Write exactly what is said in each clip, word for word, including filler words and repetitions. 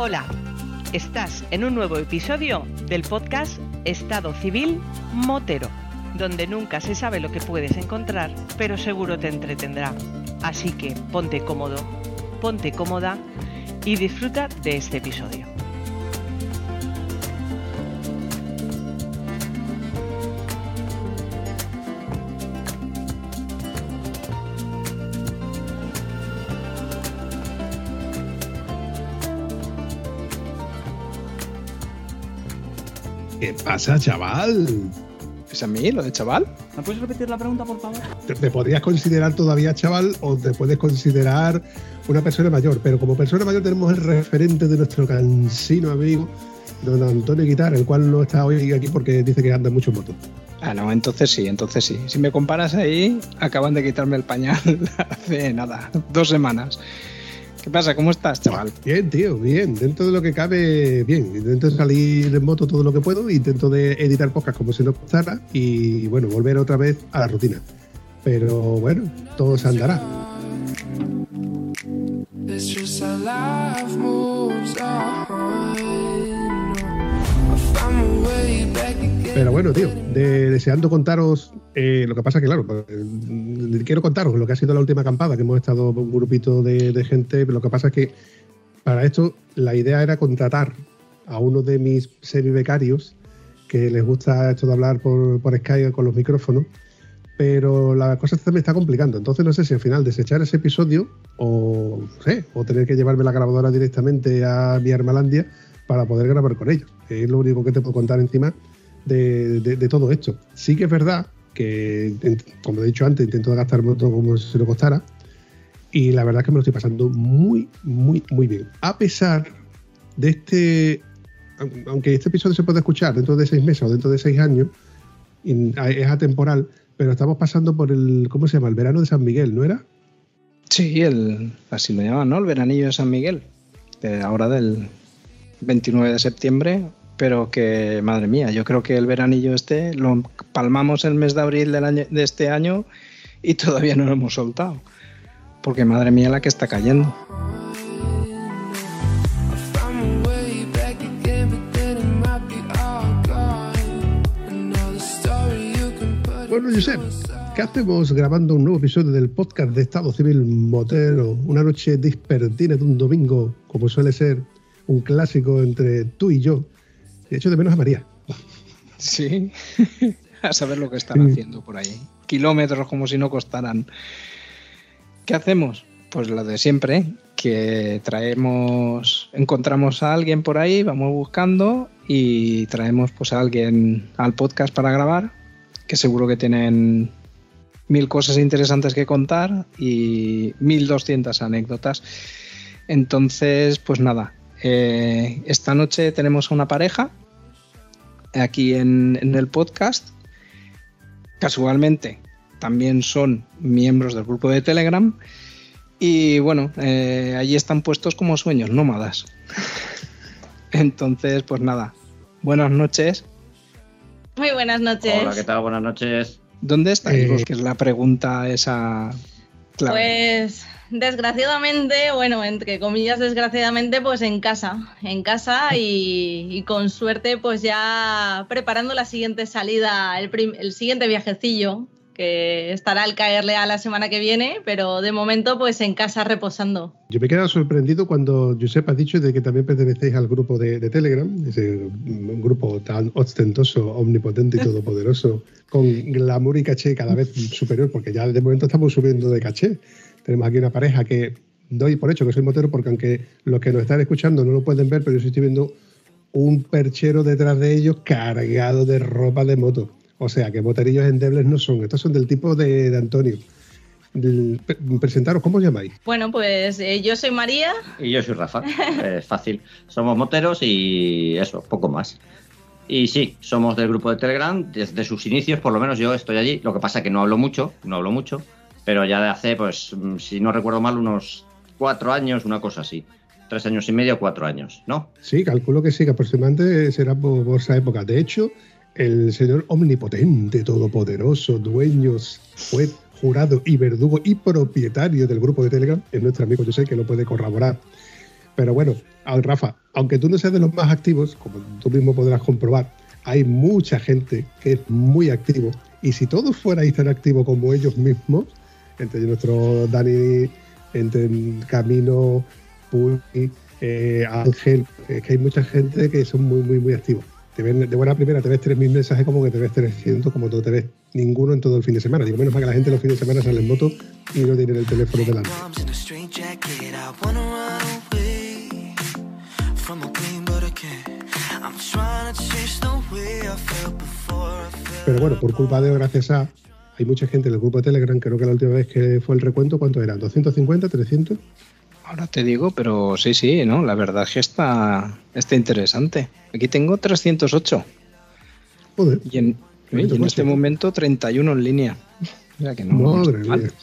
Hola, estás en un nuevo episodio del podcast Estado Civil Motero, donde nunca se sabe lo que puedes encontrar, pero seguro te entretendrá. Así que ponte cómodo, ponte cómoda y disfruta de este episodio. ¿Qué pasa, chaval? ¿Es a mí lo de chaval? ¿Me puedes repetir la pregunta, por favor? ¿Te, te podrías considerar todavía chaval o te puedes considerar una persona mayor? Pero como persona mayor tenemos el referente de nuestro cansino amigo, don Antonio Guitar, el cual no está hoy aquí porque dice que anda mucho en moto. Ah, no, entonces sí, entonces sí. Si me comparas ahí, acaban de quitarme el pañal hace nada, dos semanas. ¿Qué pasa? ¿Cómo estás, chaval? Bien, tío, bien. Dentro de lo que cabe, bien. Intento salir en moto todo lo que puedo, intento de editar podcast como si no costara y, bueno, volver otra vez a la rutina. Pero, bueno, todo se andará. Pero bueno, tío, de, deseando contaros eh, lo que pasa que, claro, pues, eh, quiero contaros lo que ha sido la última acampada, que hemos estado un grupito de, de gente, pero lo que pasa es que para esto la idea era contratar a uno de mis semi-becarios que les gusta esto de hablar por, por Skype con los micrófonos, pero la cosa se me está complicando, entonces no sé si al final desechar ese episodio o, no sé, o tener que llevarme la grabadora directamente a mi Armalandia para poder grabar con ellos. Es lo único que te puedo contar encima de, de, de todo esto. Sí que es verdad que, como he dicho antes, intento gastarme todo como si no costara, y la verdad es que me lo estoy pasando muy, muy, muy bien. A pesar de este, aunque este episodio se puede escuchar dentro de seis meses o dentro de seis años, es atemporal, pero estamos pasando por el, ¿cómo se llama? El verano de San Miguel, ¿no era? Sí, el, así lo llaman, ¿no? El veranillo de San Miguel, de ahora del veintinueve de septiembre, pero que, madre mía, yo creo que el veranillo este lo palmamos el mes de abril del año, de este año y todavía no lo hemos soltado, porque madre mía la que está cayendo. Bueno, Josep, ¿qué hacemos grabando un nuevo episodio del podcast de Estado Civil Motero? Una noche despertina de un domingo, como suele ser un clásico entre tú y yo. De hecho, de menos a María. Sí, a saber lo que están sí. haciendo por ahí. Kilómetros como si no costaran. ¿Qué hacemos? Pues lo de siempre, que traemos, encontramos a alguien por ahí, vamos buscando y traemos pues a alguien al podcast para grabar, que seguro que tienen mil cosas interesantes que contar y mil doscientas anécdotas. Entonces, pues nada, eh, esta noche tenemos a una pareja aquí en, en el podcast. Casualmente también son miembros del grupo de Telegram y bueno, eh, allí están puestos como sueños nómadas. Entonces, pues nada, buenas noches. Muy buenas noches. Hola, ¿qué tal? Buenas noches. ¿Dónde estáis? Eh, Que es la pregunta esa clave. Pues desgraciadamente, bueno, entre comillas desgraciadamente, pues en casa, en casa y, y con suerte pues ya preparando la siguiente salida, el, prim- el siguiente viajecillo, que estará al caerle a la semana que viene, pero de momento pues en casa reposando. Yo me he quedado sorprendido cuando Josep ha dicho de que también pertenecéis al grupo de, de Telegram, ese un grupo tan ostentoso, omnipotente y todopoderoso, con glamour y caché cada vez superior, porque ya de momento estamos subiendo de caché. Tenemos aquí una pareja que doy por hecho que soy motero, porque aunque los que nos están escuchando no lo pueden ver, pero yo estoy viendo un perchero detrás de ellos cargado de ropa de moto. O sea, que moterillos endebles no son. Estos son del tipo de, de Antonio. El, presentaros, ¿cómo os llamáis? Bueno, pues eh, yo soy María. Y yo soy Rafa. Es fácil. Somos moteros y eso, poco más. Y sí, somos del grupo de Telegram. Desde sus inicios, por lo menos yo estoy allí. Lo que pasa es que no hablo mucho, no hablo mucho. Pero ya de hace, pues, si no recuerdo mal, unos cuatro años, una cosa así. Tres años y medio, cuatro años, ¿no? Sí, calculo que sí, que aproximadamente será por, por esa época. De hecho, el señor omnipotente, todopoderoso, dueño, juez, jurado y verdugo y propietario del grupo de Telegram es nuestro amigo José, que lo puede corroborar. Pero bueno, Rafa, aunque tú no seas de los más activos, como tú mismo podrás comprobar, hay mucha gente que es muy activo. Y si todos fuerais tan activos como ellos mismos, entre nuestro Dani, entre Camino, Puli, eh, Ángel, es que hay mucha gente que son muy, muy, muy activos. Te ven, de buena primera te ves tres mil mensajes como que te ves trescientos, como tú te ves ninguno en todo el fin de semana. Digo, menos mal que la gente los fines de semana sale en moto y no tienen el teléfono delante. Pero bueno, por culpa de, gracias a, hay mucha gente en el grupo de Telegram, creo que la última vez que fue el recuento, ¿cuánto eran? ¿doscientos cincuenta? ¿trescientos? Ahora te digo, pero sí, sí, ¿no? La verdad es que está, está interesante. Aquí tengo trescientos ocho. Joder. Y en, y en este momento treinta y uno en línea. O sea que no, Madre no mía.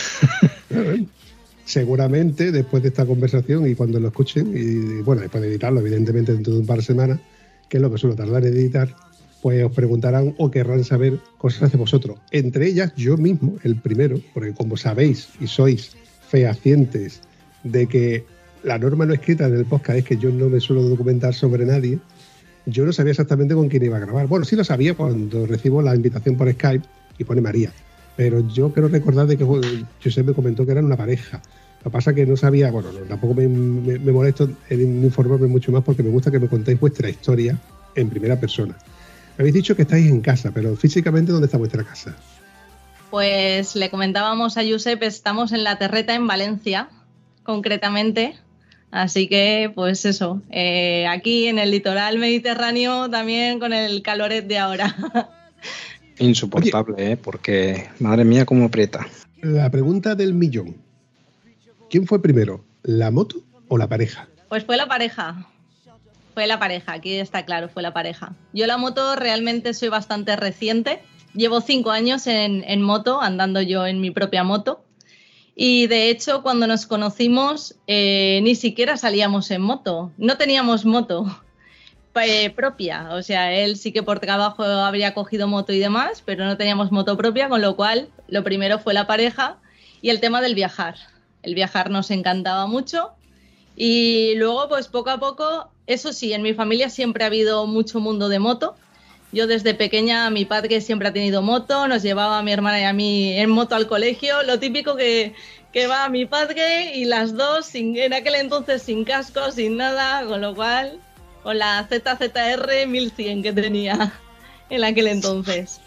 Seguramente después de esta conversación y cuando lo escuchen, y bueno, después de editarlo, evidentemente dentro de un par de semanas, que es lo que suelo tardar en editar, pues os preguntarán o querrán saber cosas de vosotros. Entre ellas, yo mismo, el primero, porque como sabéis y sois fehacientes de que la norma no escrita en el podcast es que yo no me suelo documentar sobre nadie, yo no sabía exactamente con quién iba a grabar. Bueno, sí lo sabía cuando recibo la invitación por Skype y pone María, pero yo quiero recordar de que José me comentó que eran una pareja. Lo que pasa es que no sabía, bueno, no, tampoco me, me, me molesto en informarme mucho más porque me gusta que me contéis vuestra historia en primera persona. Me habéis dicho que estáis en casa, pero físicamente, ¿dónde está vuestra casa? Pues le comentábamos a Josep, estamos en La Terreta, en Valencia, concretamente. Así que, pues eso, eh, aquí en el litoral mediterráneo también con el caloret de ahora. Insoportable, Oye, ¿eh? Porque, madre mía, cómo aprieta. La pregunta del millón. ¿Quién fue primero, la moto o la pareja? Pues fue la pareja. Fue la pareja, aquí está claro, fue la pareja. Yo la moto realmente soy bastante reciente. Llevo cinco años en, en moto, andando yo en mi propia moto. Y de hecho, cuando nos conocimos, eh, ni siquiera salíamos en moto. No teníamos moto eh, propia. O sea, él sí que por trabajo habría cogido moto y demás, pero no teníamos moto propia, con lo cual lo primero fue la pareja y el tema del viajar. El viajar nos encantaba mucho. Y luego, pues poco a poco, eso sí, en mi familia siempre ha habido mucho mundo de moto. Yo desde pequeña, mi padre siempre ha tenido moto, nos llevaba a mi hermana y a mí en moto al colegio. Lo típico que, que va mi padre y las dos, sin, en aquel entonces sin casco, sin nada, con lo cual, con la Z Z R mil cien que tenía en aquel entonces.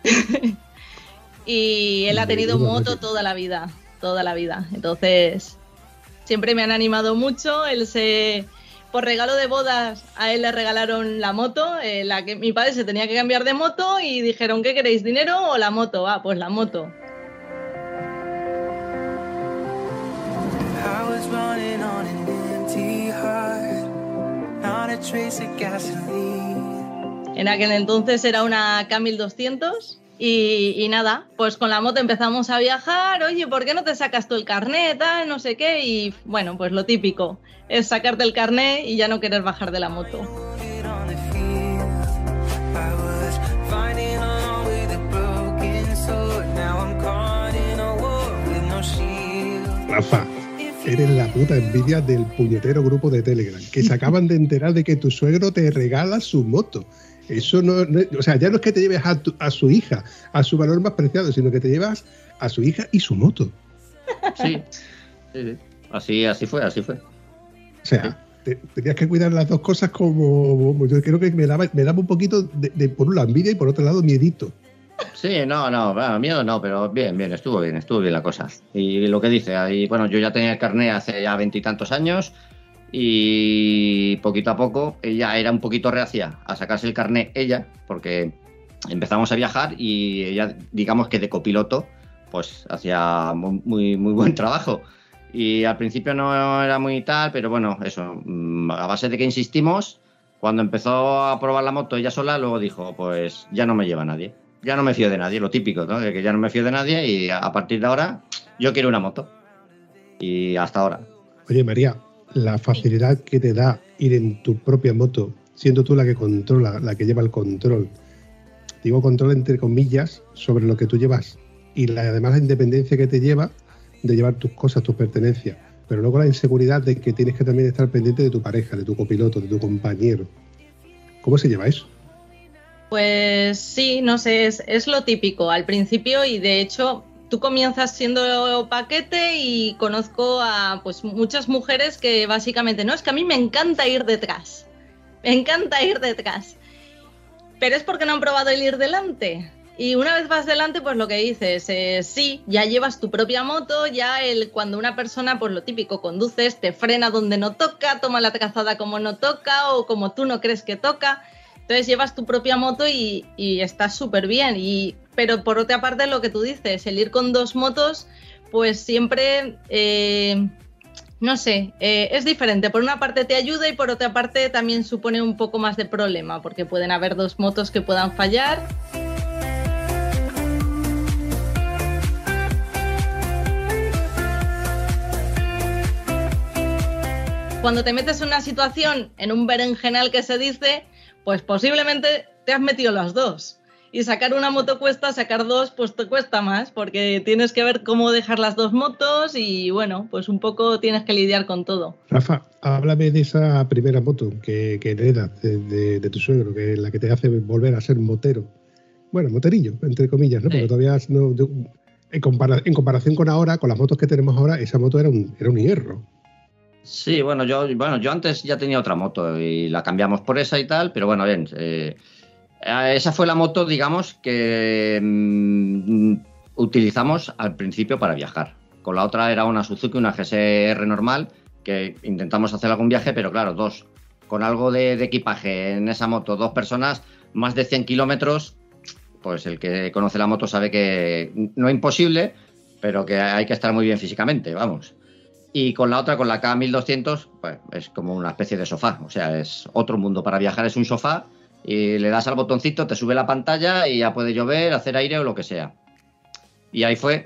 Y él ha tenido moto toda la vida, toda la vida. Entonces, siempre me han animado mucho. Él se... Por regalo de bodas, a él le regalaron la moto, eh, la que mi padre se tenía que cambiar de moto y dijeron, ¿qué queréis, dinero o la moto? Ah, pues la moto. En aquel entonces era una K mil doscientos y, y nada, pues con la moto empezamos a viajar. Oye, ¿por qué no te sacas tú el carnet? Tal, no sé qué. Y bueno, pues lo típico es sacarte el carnet y ya no querer bajar de la moto. Rafa, eres la puta envidia del puñetero grupo de Telegram, que se acaban de enterar de que tu suegro te regala su moto. Eso no, no, o sea, ya no es que te lleves a, tu, a su hija, a su valor más preciado, sino que te llevas a su hija y su moto. Sí, sí, sí. Así, así fue, así fue. O sea, te, tenías que cuidar las dos cosas como... Yo creo que me daba, me daba un poquito de, de, por un lado, envidia y por otro lado, miedito. Sí, no, no, bueno, miedo no, pero bien, bien, estuvo bien, estuvo bien la cosa. Y lo que dice, ahí, bueno, yo ya tenía el carnet hace ya veintitantos años y poquito a poco ella era un poquito reacia a sacarse el carnet ella, porque empezamos a viajar y ella, digamos que de copiloto, pues hacía muy, muy, muy buen trabajo. Y al principio no era muy tal, pero bueno, eso, a base de que insistimos, cuando empezó a probar la moto ella sola, luego dijo, pues ya no me lleva nadie. Ya no me fío de nadie, lo típico, ¿no? De que ya no me fío de nadie y a partir de ahora yo quiero una moto. Y hasta ahora. Oye, María, la facilidad que te da ir en tu propia moto, siendo tú la que controla, la que lleva el control, digo control entre comillas, sobre lo que tú llevas, y la, además la independencia que te lleva de llevar tus cosas, tus pertenencias. pero luego la inseguridad de que tienes que también estar pendiente de tu pareja, de tu copiloto, de tu compañero. ¿Cómo se lleva eso? Pues sí, no sé, es, es lo típico al principio y de hecho tú comienzas siendo paquete y conozco a pues muchas mujeres que básicamente, no, es que a mí me encanta ir detrás, me encanta ir detrás, pero es porque no han probado el ir delante. Y una vez vas delante, pues lo que dices, eh, sí, ya llevas tu propia moto, ya el cuando una persona, pues lo típico, conduces, te frena donde no toca, toma la trazada como no toca o como tú no crees que toca. Entonces llevas tu propia moto y, y estás súper bien. Y, pero por otra parte, lo que tú dices, el ir con dos motos, pues siempre, eh, no sé, eh, es diferente. Por una parte te ayuda y por otra parte también supone un poco más de problema, porque pueden haber dos motos que puedan fallar. Cuando te metes en una situación, en un berenjenal que se dice, pues posiblemente te has metido las dos. Y sacar una moto cuesta, sacar dos pues te cuesta más, porque tienes que ver cómo dejar las dos motos y bueno, pues un poco tienes que lidiar con todo. Rafa, háblame de esa primera moto que, que heredas de, de, de tu suegro, que es la que te hace volver a ser motero. Bueno, moterillo, entre comillas, ¿no? Sí. Porque todavía no, en, compara, en comparación con ahora, con las motos que tenemos ahora, esa moto era un, era un hierro. Sí, bueno, yo, bueno, yo antes ya tenía otra moto y la cambiamos por esa y tal, pero bueno, bien, eh, esa fue la moto, digamos, que mmm, utilizamos al principio para viajar. Con la otra era una Suzuki, una G S R normal, que intentamos hacer algún viaje, pero claro, dos, con algo de, de equipaje en esa moto, dos personas, más de cien kilómetros, pues el que conoce la moto sabe que no es imposible, pero que hay que estar muy bien físicamente, vamos. Y con la otra, con la K mil doscientos, pues es como una especie de sofá. O sea, es otro mundo. Para viajar es un sofá y le das al botoncito, te sube la pantalla y ya puede llover, hacer aire o lo que sea. Y ahí fue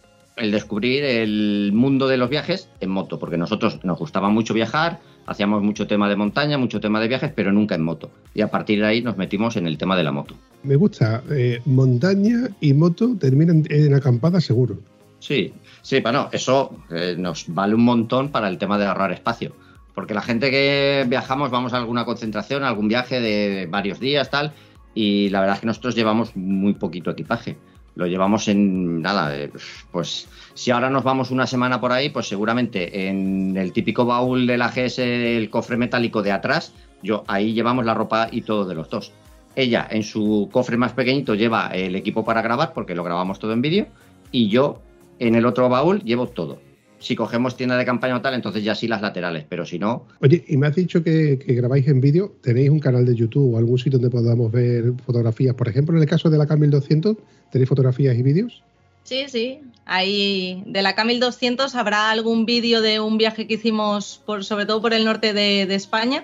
el descubrir el mundo de los viajes en moto, porque nosotros nos gustaba mucho viajar, hacíamos mucho tema de montaña, mucho tema de viajes, pero nunca en moto. Y a partir de ahí nos metimos en el tema de la moto. Me gusta. Eh, montaña y moto terminan en acampada seguro. Sí, sí, bueno, eso eh, nos vale un montón para el tema de ahorrar espacio. Porque la gente que viajamos, vamos a alguna concentración, a algún viaje de varios días, tal, y la verdad es que nosotros llevamos muy poquito equipaje. Lo llevamos en nada, eh, pues si ahora nos vamos una semana por ahí, pues seguramente en el típico baúl de la G S, el cofre metálico de atrás, yo ahí llevamos la ropa y todo de los dos. Ella en su cofre más pequeñito lleva el equipo para grabar, porque lo grabamos todo en vídeo, y yo en el otro baúl llevo todo. Si cogemos tienda de campaña o tal, entonces ya sí las laterales, pero si no... Oye, y me has dicho que, que grabáis en vídeo. ¿Tenéis un canal de YouTube o algún sitio donde podamos ver fotografías? Por ejemplo, en el caso de la K mil doscientos, ¿tenéis fotografías y vídeos? Sí, sí. Ahí de la K mil doscientos habrá algún vídeo de un viaje que hicimos, por, sobre todo por el norte de, de España.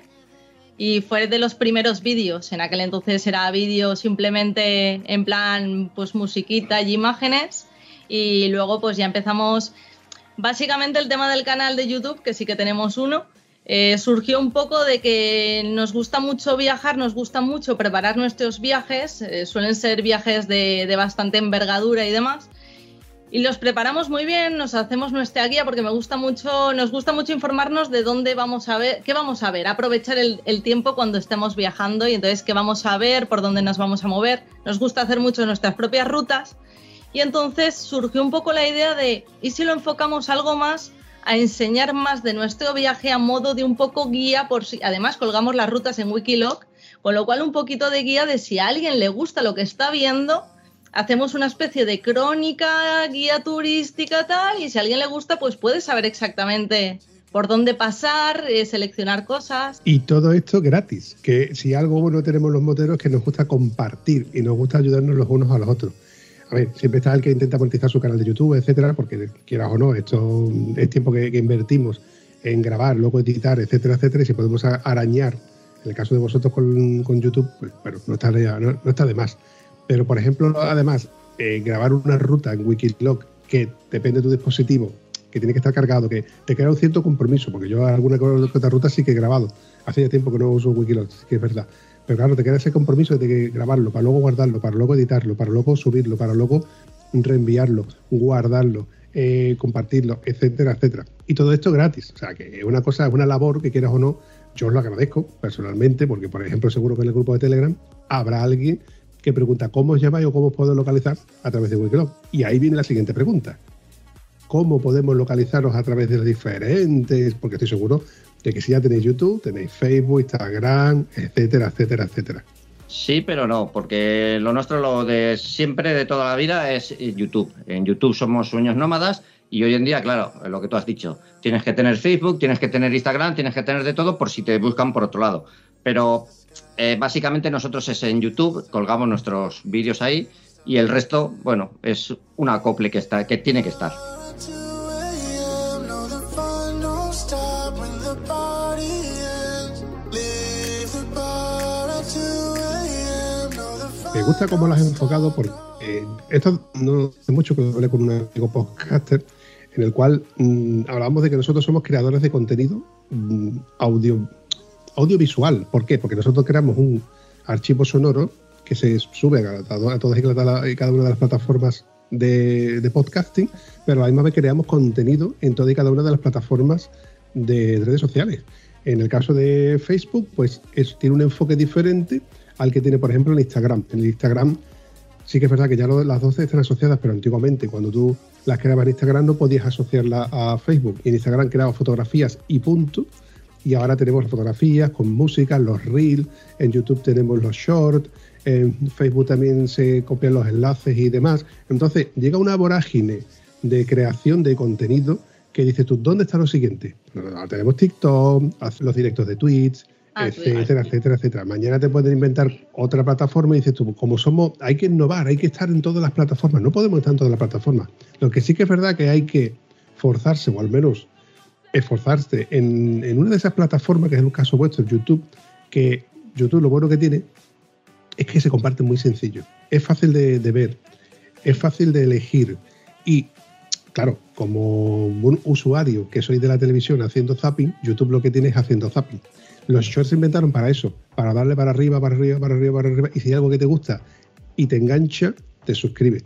Y fue de los primeros vídeos. En aquel entonces era vídeo simplemente en plan pues musiquita y imágenes. Y luego pues ya empezamos, básicamente el tema del canal de YouTube, que sí que tenemos uno, eh, surgió un poco de que nos gusta mucho viajar, nos gusta mucho preparar nuestros viajes, eh, suelen ser viajes de, de bastante envergadura y demás, y los preparamos muy bien, nos hacemos nuestra guía porque me gusta mucho, nos gusta mucho informarnos de dónde vamos a ver, qué vamos a ver, aprovechar el, el tiempo cuando estemos viajando y entonces qué vamos a ver, por dónde nos vamos a mover, nos gusta hacer mucho nuestras propias rutas. Y entonces surgió un poco la idea de, ¿y si lo enfocamos algo más a enseñar más de nuestro viaje a modo de un poco guía? Por si, además colgamos las rutas en Wikiloc, con lo cual un poquito de guía de si a alguien le gusta lo que está viendo, hacemos una especie de crónica, guía turística tal, y si a alguien le gusta pues puede saber exactamente por dónde pasar, eh, seleccionar cosas. Y todo esto gratis, que si algo bueno tenemos los moteros es que nos gusta compartir y nos gusta ayudarnos los unos a los otros. A ver, siempre está el que intenta monetizar su canal de YouTube, etcétera, porque quieras o no, esto es tiempo que, que invertimos en grabar, luego editar, etcétera, etcétera, y si podemos arañar, en el caso de vosotros con, con YouTube, pues bueno, no está, no, no está de más. Pero, por ejemplo, además, eh, grabar una ruta en Wikiloc que depende de tu dispositivo, que tiene que estar cargado, que te crea un cierto compromiso, porque yo alguna otra ruta sí que he grabado. Hace ya tiempo que no uso Wikiloc, que es verdad. Pero claro, te queda ese compromiso de que grabarlo, para luego guardarlo, para luego editarlo, para luego subirlo, para luego reenviarlo, guardarlo, eh, compartirlo, etcétera, etcétera. Y todo esto gratis. O sea, que es una cosa, es una labor que quieras o no, yo os lo agradezco personalmente, porque, por ejemplo, seguro que en el grupo de Telegram habrá alguien que pregunta cómo os llamáis o cómo os puedo localizar a través de Wikiloc. Y ahí viene la siguiente pregunta. ¿Cómo podemos localizaros a través de los diferentes? Porque estoy seguro de que si ya tenéis YouTube, tenéis Facebook, Instagram, etcétera, etcétera, etcétera. Sí, pero no, porque lo nuestro, lo de siempre, de toda la vida, es YouTube. En YouTube somos Sueños Nómadas y hoy en día, claro, lo que tú has dicho, tienes que tener Facebook, tienes que tener Instagram, tienes que tener de todo por si te buscan por otro lado. Pero eh, básicamente nosotros es en YouTube, colgamos nuestros vídeos ahí y el resto, bueno, es un acople que, está, que tiene que estar. Me gusta cómo lo has enfocado porque eh, esto no hace mucho que hablé con un amigo podcaster en el cual mmm, hablábamos de que nosotros somos creadores de contenido mmm, audio, audiovisual. ¿Por qué? Porque nosotros creamos un archivo sonoro que se sube a, a, a todas y cada una de las plataformas de, de podcasting, pero a la misma vez creamos contenido en todas y cada una de las plataformas de redes sociales. En el caso de Facebook, pues es, tiene un enfoque diferente al que tiene, por ejemplo, en Instagram. En el Instagram sí que es verdad que ya lo, las dos están asociadas, pero antiguamente cuando tú las creabas en Instagram no podías asociarla a Facebook. Y en Instagram creabas fotografías y punto. Y ahora tenemos las fotografías con música, los reels, en YouTube tenemos los shorts, en Facebook también se copian los enlaces y demás. Entonces llega una vorágine de creación de contenido que dices tú, ¿dónde está lo siguiente? Ahora tenemos TikTok, los directos de Twitch, Ah, etcétera, etcétera, etcétera. Mañana te pueden inventar otra plataforma y dices tú, como somos, hay que innovar, hay que estar en todas las plataformas. No podemos estar en todas las plataformas. Lo que sí que es verdad que hay que forzarse, o al menos esforzarse en, en una de esas plataformas, que es el caso vuestro, YouTube, que YouTube lo bueno que tiene es que se comparte muy sencillo. Es fácil de, de ver, es fácil de elegir y, claro, como un usuario que soy de la televisión haciendo zapping, YouTube lo que tiene es haciendo zapping. Los shorts se inventaron para eso, para darle para arriba, para arriba, para arriba, para arriba, y si hay algo que te gusta y te engancha, te suscribes.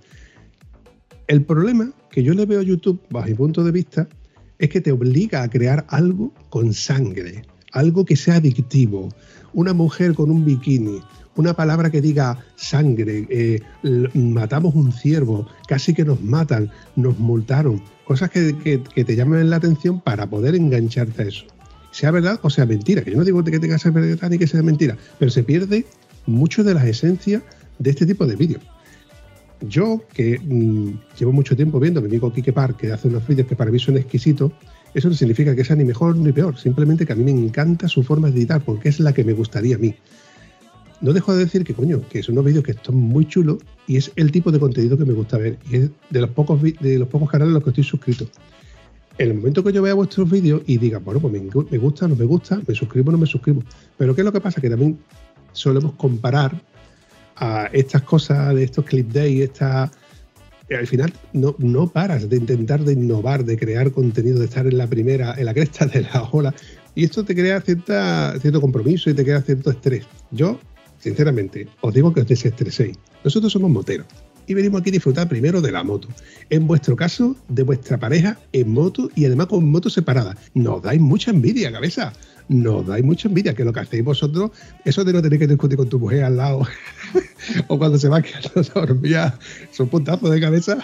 El problema que yo le veo a YouTube, bajo mi punto de vista, es que te obliga a crear algo con sangre, algo que sea adictivo. Una mujer con un bikini, una palabra que diga sangre, eh, matamos un ciervo, casi que nos matan, nos multaron, cosas que, que, que te llaman la atención para poder engancharte a eso. Sea verdad o sea mentira, que yo no digo que tenga que ser verdad ni que sea mentira, pero se pierde mucho de las esencias de este tipo de vídeos. Yo, que mmm, llevo mucho tiempo viendo a mi amigo Quique Park, que hace unos vídeos que para mí son exquisitos, eso no significa que sea ni mejor ni peor, simplemente que a mí me encanta su forma de editar, porque es la que me gustaría a mí. No dejo de decir que, coño, que son unos vídeos que están muy chulos y es el tipo de contenido que me gusta ver, y es de los pocos, de los pocos canales en los que estoy suscrito. En el momento que yo vea vuestros vídeos y diga, bueno, pues me, me gusta, no me gusta, me suscribo, no me suscribo. Pero ¿qué es lo que pasa? Que también solemos comparar a estas cosas, de estos clip day, esta, al final no, no paras de intentar de innovar, de crear contenido, de estar en la primera, en la cresta de la ola. Y esto te crea cierta, cierto compromiso y te crea cierto estrés. Yo, sinceramente, os digo que os desestreséis. Nosotros somos moteros. Y venimos aquí a disfrutar primero de la moto. En vuestro caso, de vuestra pareja en moto y además con moto separada. Nos dais mucha envidia, cabeza. Nos dais mucha envidia, que lo que hacéis vosotros, eso de no tener que discutir con tu mujer al lado o cuando se va quedando dormida, son puntazos de cabeza.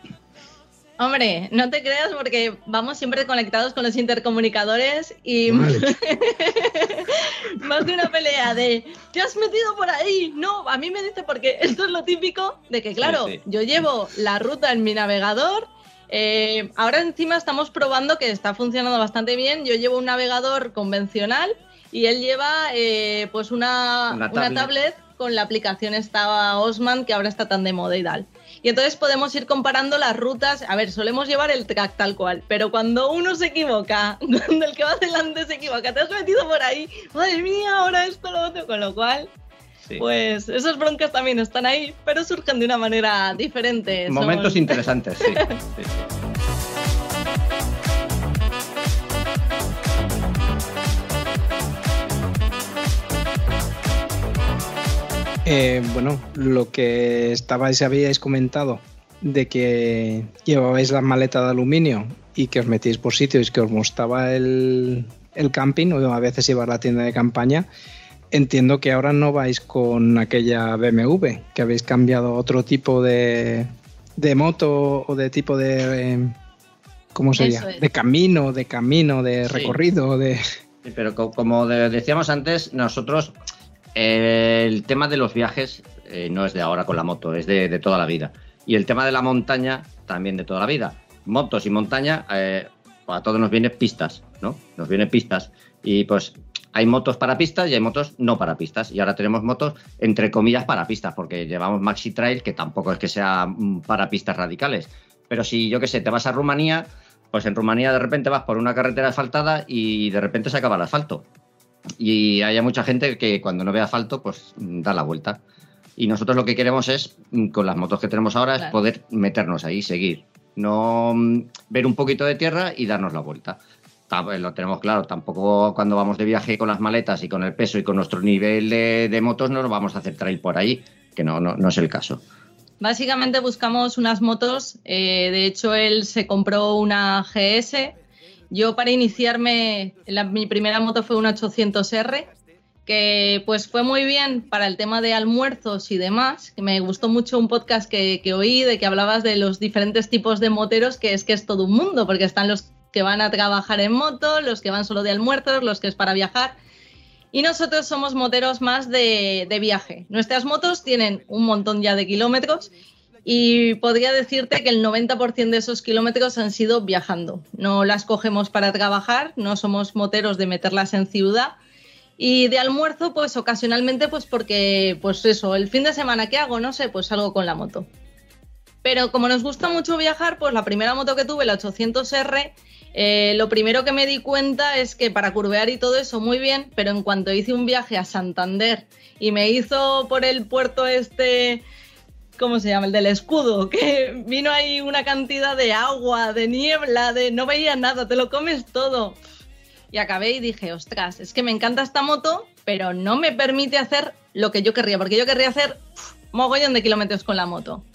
Hombre, no te creas porque vamos siempre conectados con los intercomunicadores y vale. Más de una pelea de ¿te has metido por ahí? No, a mí me dice porque esto es lo típico de que claro, sí, sí. Yo llevo la ruta en mi navegador, eh, ahora encima estamos probando que está funcionando bastante bien, yo llevo un navegador convencional y él lleva eh, pues una, una, tablet. una tablet con la aplicación esta Osman que ahora está tan de moda y tal. Y entonces podemos ir comparando las rutas. A ver, solemos llevar el track tal cual, pero cuando uno se equivoca, cuando el que va delante se equivoca, te has metido por ahí, madre mía, ahora esto, lo otro, con lo cual, sí. Pues esas broncas también están ahí, pero surgen de una manera diferente. Momentos Son... interesantes, sí. Sí. Eh, bueno, lo que estabais habíais comentado de que llevabais la maleta de aluminio y que os metíais por sitios y que os mostraba el, el camping, o a veces ibas a la tienda de campaña, entiendo que ahora no vais con aquella B M W, que habéis cambiado a otro tipo de, de moto o de tipo de... Eh, ¿cómo sería? Es. De camino, de camino, de sí. recorrido, de... Sí, pero co como de decíamos antes, nosotros eh, el tema de los viajes eh, no es de ahora con la moto, es de, de toda la vida. Y el tema de la montaña también de toda la vida. Motos y montaña, eh, a todos nos vienen pistas, ¿no? Nos vienen pistas. Y pues hay motos para pistas y hay motos no para pistas. Y ahora tenemos motos, entre comillas, para pistas, porque llevamos Maxi Trail, que tampoco es que sea para pistas radicales. Pero si, yo qué sé, te vas a Rumanía, pues en Rumanía de repente vas por una carretera asfaltada y de repente se acaba el asfalto. Y hay mucha gente que cuando no ve asfalto, pues da la vuelta. Y nosotros lo que queremos es, con las motos que tenemos ahora, claro, es poder meternos ahí, seguir. No ver un poquito de tierra y darnos la vuelta. Lo tenemos claro, tampoco cuando vamos de viaje con las maletas y con el peso y con nuestro nivel de, de motos no nos vamos a hacer trail por ahí, que no, no, no es el caso. Básicamente buscamos unas motos, eh, de hecho él se compró una G S, yo para iniciarme, la, mi primera moto fue una ochocientos R, que pues fue muy bien para el tema de almuerzos y demás, que me gustó mucho un podcast que, que oí de que hablabas de los diferentes tipos de moteros, que es que es todo un mundo, porque están los que van a trabajar en moto, los que van solo de almuerzos, los que es para viajar. Y nosotros somos moteros más de, de viaje. Nuestras motos tienen un montón ya de kilómetros y podría decirte que el noventa por ciento de esos kilómetros han sido viajando. No las cogemos para trabajar, no somos moteros de meterlas en ciudad. Y de almuerzo, pues ocasionalmente, pues porque, pues eso, el fin de semana, ¿qué hago? No sé, pues salgo con la moto. Pero como nos gusta mucho viajar, pues la primera moto que tuve, la ochocientos R, eh, lo primero que me di cuenta es que para curvear y todo eso muy bien, pero en cuanto hice un viaje a Santander y me hizo por el puerto este, ¿cómo se llama? El del Escudo, que vino ahí una cantidad de agua, de niebla, de no veía nada, te lo comes todo. Y acabé y dije, ostras, es que me encanta esta moto, pero no me permite hacer lo que yo querría, porque yo querría hacer uf, mogollón de kilómetros con la moto.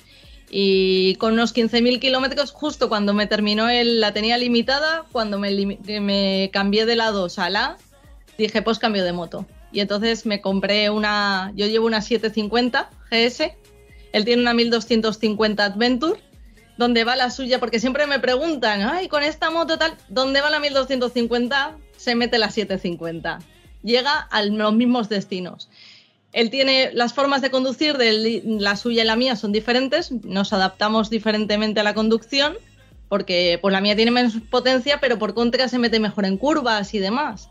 Y con unos quince mil kilómetros, justo cuando me terminó, el, la tenía limitada, cuando me, me cambié de la dos a la, dije, pues cambio de moto. Y entonces me compré una, yo llevo una setecientos cincuenta G S, él tiene una mil doscientos cincuenta Adventure, ¿dónde va la suya? Porque siempre me preguntan, ay, con esta moto tal, ¿dónde va la mil doscientos cincuenta? Se mete la setecientos cincuenta. Llega a los mismos destinos. Él tiene las formas de conducir, de la suya y la mía son diferentes, nos adaptamos diferentemente a la conducción, porque pues la mía tiene menos potencia, pero por contra se mete mejor en curvas y demás.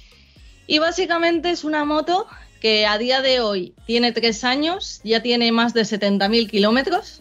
Y básicamente es una moto que a día de hoy tiene tres años, ya tiene más de setenta mil kilómetros,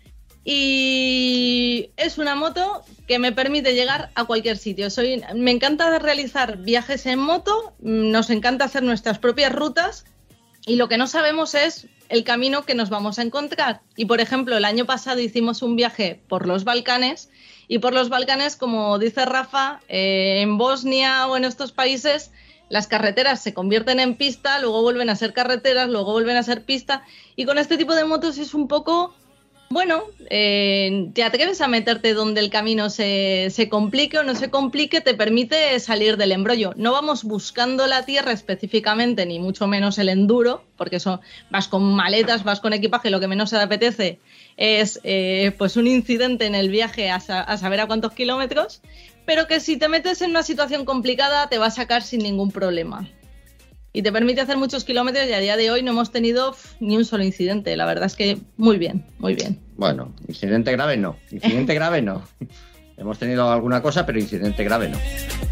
y es una moto que me permite llegar a cualquier sitio. Soy, me encanta realizar viajes en moto, nos encanta hacer nuestras propias rutas, y lo que no sabemos es el camino que nos vamos a encontrar. Y, por ejemplo, el año pasado hicimos un viaje por los Balcanes, y por los Balcanes, como dice Rafa, eh, en Bosnia o en estos países, las carreteras se convierten en pista, luego vuelven a ser carreteras, luego vuelven a ser pista, y con este tipo de motos es un poco... Bueno, eh, te atreves a meterte donde el camino se, se complique o no se complique, te permite salir del embrollo. No vamos buscando la tierra específicamente, ni mucho menos el enduro, porque eso, vas con maletas, vas con equipaje, lo que menos te apetece es eh, pues un incidente en el viaje a, a saber a cuántos kilómetros, pero que si te metes en una situación complicada te va a sacar sin ningún problema. Y te permite hacer muchos kilómetros y a día de hoy no hemos tenido pff, ni un solo incidente. La verdad es que muy bien, muy bien. Bueno, incidente grave no. Incidente grave no. Hemos tenido alguna cosa, pero incidente grave no.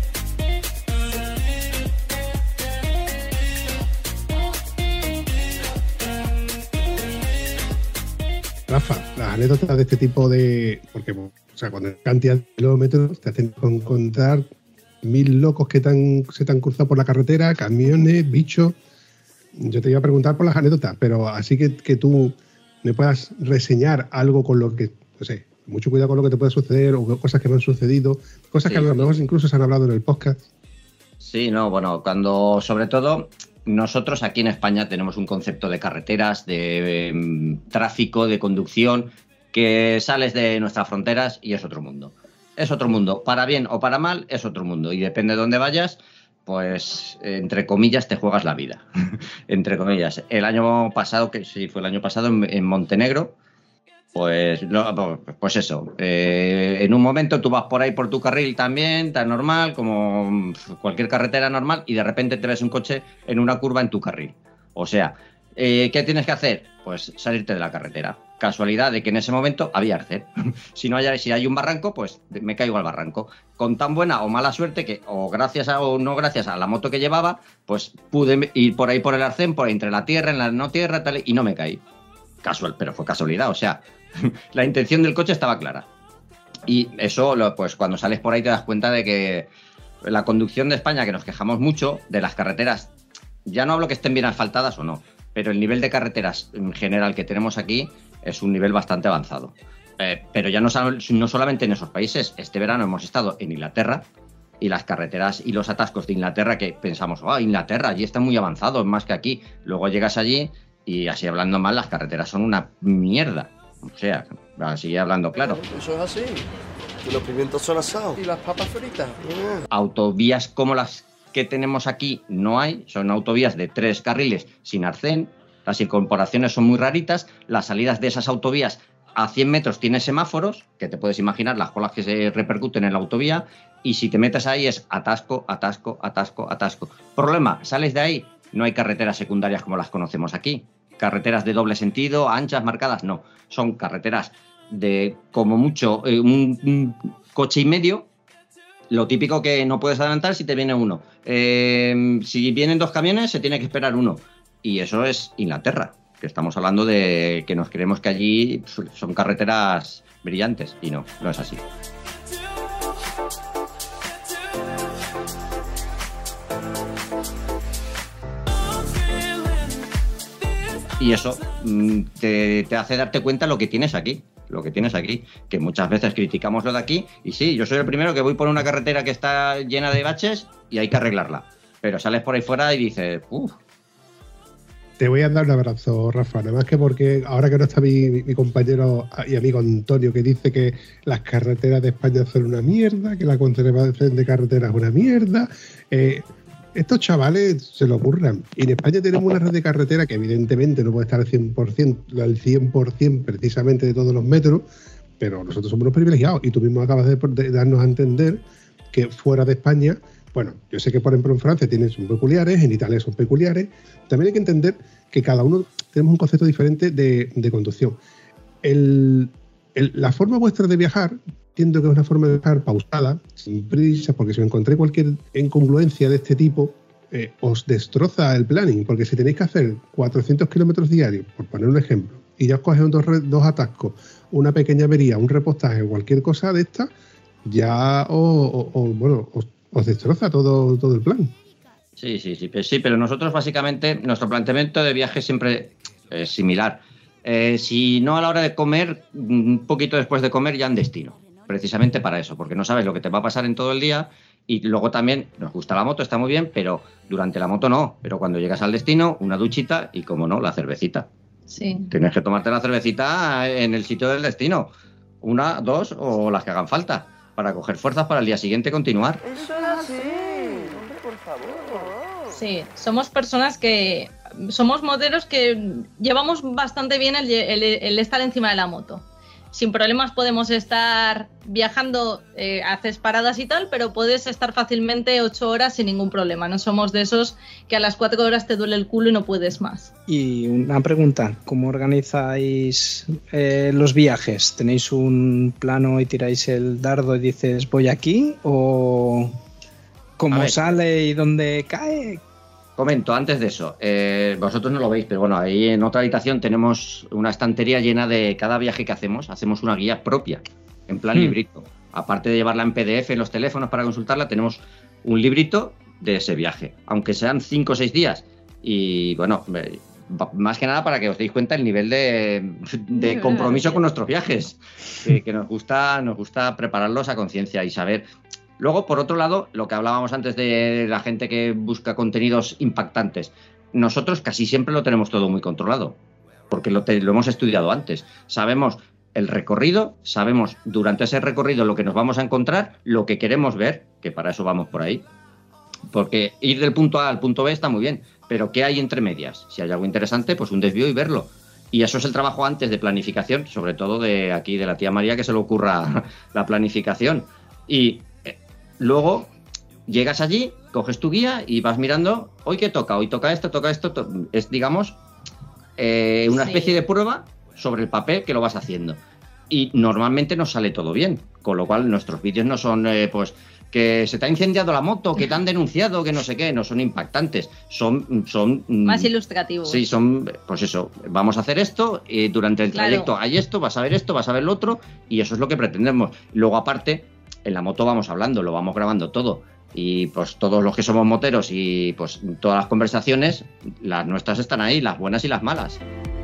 Rafa, las anécdotas de este tipo de... Porque, o sea, cuando hay cantidad de kilómetros te hacen encontrar... mil locos que te han, se te han cruzado por la carretera, camiones, bichos. Yo te iba a preguntar por las anécdotas, pero así que, que tú me puedas reseñar algo con lo que, no sé, mucho cuidado con lo que te puede suceder o cosas que me han sucedido, cosas sí, que a lo mejor incluso se han hablado en el podcast. Sí, no, bueno, cuando, sobre todo, nosotros aquí en España tenemos un concepto de carreteras, de eh, tráfico, de conducción, que sales de nuestras fronteras y es otro mundo. Es otro mundo. Para bien o para mal, es otro mundo. Y depende de dónde vayas, pues, entre comillas, te juegas la vida. Entre comillas. El año pasado, que sí, fue el año pasado, en, en Montenegro, pues, no, pues eso. Eh, en un momento tú vas por ahí por tu carril también, tan normal, como cualquier carretera normal, y de repente te ves un coche en una curva en tu carril. O sea, eh, ¿qué tienes que hacer? Pues salirte de la carretera. Casualidad de que en ese momento había arcén. Si no hay, si hay un barranco, pues me caigo al barranco. Con tan buena o mala suerte que, o gracias a, o no gracias a la moto que llevaba, pues pude ir por ahí por el arcén, por ahí entre la tierra, en la no tierra, tal, y no me caí. Casual, pero fue casualidad, o sea, la intención del coche estaba clara. Y eso, pues cuando sales por ahí te das cuenta de que la conducción de España, que nos quejamos mucho de las carreteras, ya no hablo que estén bien asfaltadas o no, pero el nivel de carreteras en general que tenemos aquí es un nivel bastante avanzado. Eh, pero ya no, no solamente en esos países. Este verano hemos estado en Inglaterra y las carreteras y los atascos de Inglaterra, que pensamos, oh, Inglaterra, allí está muy avanzado, más que aquí. Luego llegas allí y, así hablando mal, las carreteras son una mierda. O sea, así hablando claro. Eso es así. Y los pimientos son asados. Y las papas fritas. Yeah. Autovías como las que tenemos aquí no hay. Son autovías de tres carriles sin arcén. Las incorporaciones son muy raritas. Las salidas de esas autovías a cien metros tiene semáforos, que te puedes imaginar las colas que se repercuten en la autovía. Y si te metes ahí es atasco, atasco, atasco, atasco. Problema, sales de ahí, no hay carreteras secundarias como las conocemos aquí. Carreteras de doble sentido, anchas, marcadas, no. Son carreteras de, como mucho, eh, un, un coche y medio. Lo típico que no puedes adelantar si te viene uno. Eh, si vienen dos camiones, se tiene que esperar uno. Y eso es Inglaterra, que estamos hablando de que nos creemos que allí son carreteras brillantes. Y no, no es así. Y eso te, te hace darte cuenta lo que tienes aquí, lo que tienes aquí, que muchas veces criticamos lo de aquí, y sí, yo soy el primero que voy por una carretera que está llena de baches y hay que arreglarla, pero sales por ahí fuera y dices, uff. Te voy a dar un abrazo, Rafa, nada más que porque ahora que no está mi, mi, mi compañero y amigo Antonio, que dice que las carreteras de España son una mierda, que la conservación de carreteras es una mierda, eh, estos chavales se lo ocurran. Y en España tenemos una red de carretera que evidentemente no puede estar al cien por ciento, al cien por ciento precisamente de todos los metros, pero nosotros somos unos privilegiados. Y tú mismo acabas de, de darnos a entender que fuera de España, bueno, yo sé que por ejemplo en Francia tienen son peculiares, en Italia son peculiares. También hay que entender que cada uno tenemos un concepto diferente de, de conducción. El, el, la forma vuestra de viajar, entiendo que es una forma de viajar pausada, sin prisa, porque si os encontréis cualquier incongruencia de este tipo, eh, os destroza el planning, porque si tenéis que hacer cuatrocientos kilómetros diarios, por poner un ejemplo, y ya os cogen dos, dos atascos, una pequeña avería, un repostaje o cualquier cosa de esta, ya os, os, bueno, os, os destroza todo, todo el plan. Sí, sí, sí, sí, pero nosotros básicamente, nuestro planteamiento de viaje siempre es similar. Eh, si no a la hora de comer, un poquito después de comer ya en destino. Precisamente para eso, porque no sabes lo que te va a pasar en todo el día. Y luego también nos gusta la moto, está muy bien, pero durante la moto no. Pero cuando llegas al destino, una duchita y, como no, la cervecita. Sí. Tienes que tomarte la cervecita en el sitio del destino. Una, dos o las que hagan falta, para coger fuerzas para el día siguiente continuar. Eso es así. Hombre, por favor. Sí, somos personas que... Somos moteros que llevamos bastante bien el, el, el estar encima de la moto. Sin problemas podemos estar viajando, eh, haces paradas y tal, pero puedes estar fácilmente ocho horas sin ningún problema. No somos de esos que a las cuatro horas te duele el culo y no puedes más. Y una pregunta, ¿cómo organizáis eh, los viajes? ¿Tenéis un plano y tiráis el dardo y dices voy aquí? ¿O cómo sale y dónde cae? Comento, antes de eso, eh, vosotros no lo veis, pero bueno, ahí en otra habitación tenemos una estantería llena de cada viaje que hacemos, hacemos una guía propia, en plan mm. librito. Aparte de llevarla en P D F en los teléfonos para consultarla, tenemos un librito de ese viaje, aunque sean cinco o seis días. Y bueno, más que nada para que os deis cuenta el nivel de, de compromiso con nuestros viajes, que, que nos gusta, nos gusta prepararlos a conciencia y saber... Luego, por otro lado, lo que hablábamos antes de la gente que busca contenidos impactantes, nosotros casi siempre lo tenemos todo muy controlado, porque lo, te, lo hemos estudiado antes. Sabemos el recorrido, sabemos durante ese recorrido lo que nos vamos a encontrar, lo que queremos ver, que para eso vamos por ahí. Porque ir del punto A al punto B está muy bien, pero ¿qué hay entre medias? Si hay algo interesante, pues un desvío y verlo. Y eso es el trabajo antes de planificación, sobre todo de aquí, de la tía María, que se le ocurra la planificación. Y eh, luego llegas allí, coges tu guía y vas mirando, hoy qué toca, hoy toca esto, toca esto, to es, digamos, eh, una especie sí. de prueba sobre el papel que lo vas haciendo. Y normalmente nos sale todo bien, con lo cual nuestros vídeos no son, eh, pues, que se te ha incendiado la moto, que te han denunciado, que no sé qué, no son impactantes, son... son más ilustrativos. Sí, son, pues eso, vamos a hacer esto, y durante el claro. trayecto hay esto, vas a ver esto, vas a ver lo otro, y eso es lo que pretendemos. Luego, aparte, en la moto vamos hablando, lo vamos grabando todo, y pues todos los que somos moteros y pues todas las conversaciones, las nuestras están ahí, las buenas y las malas.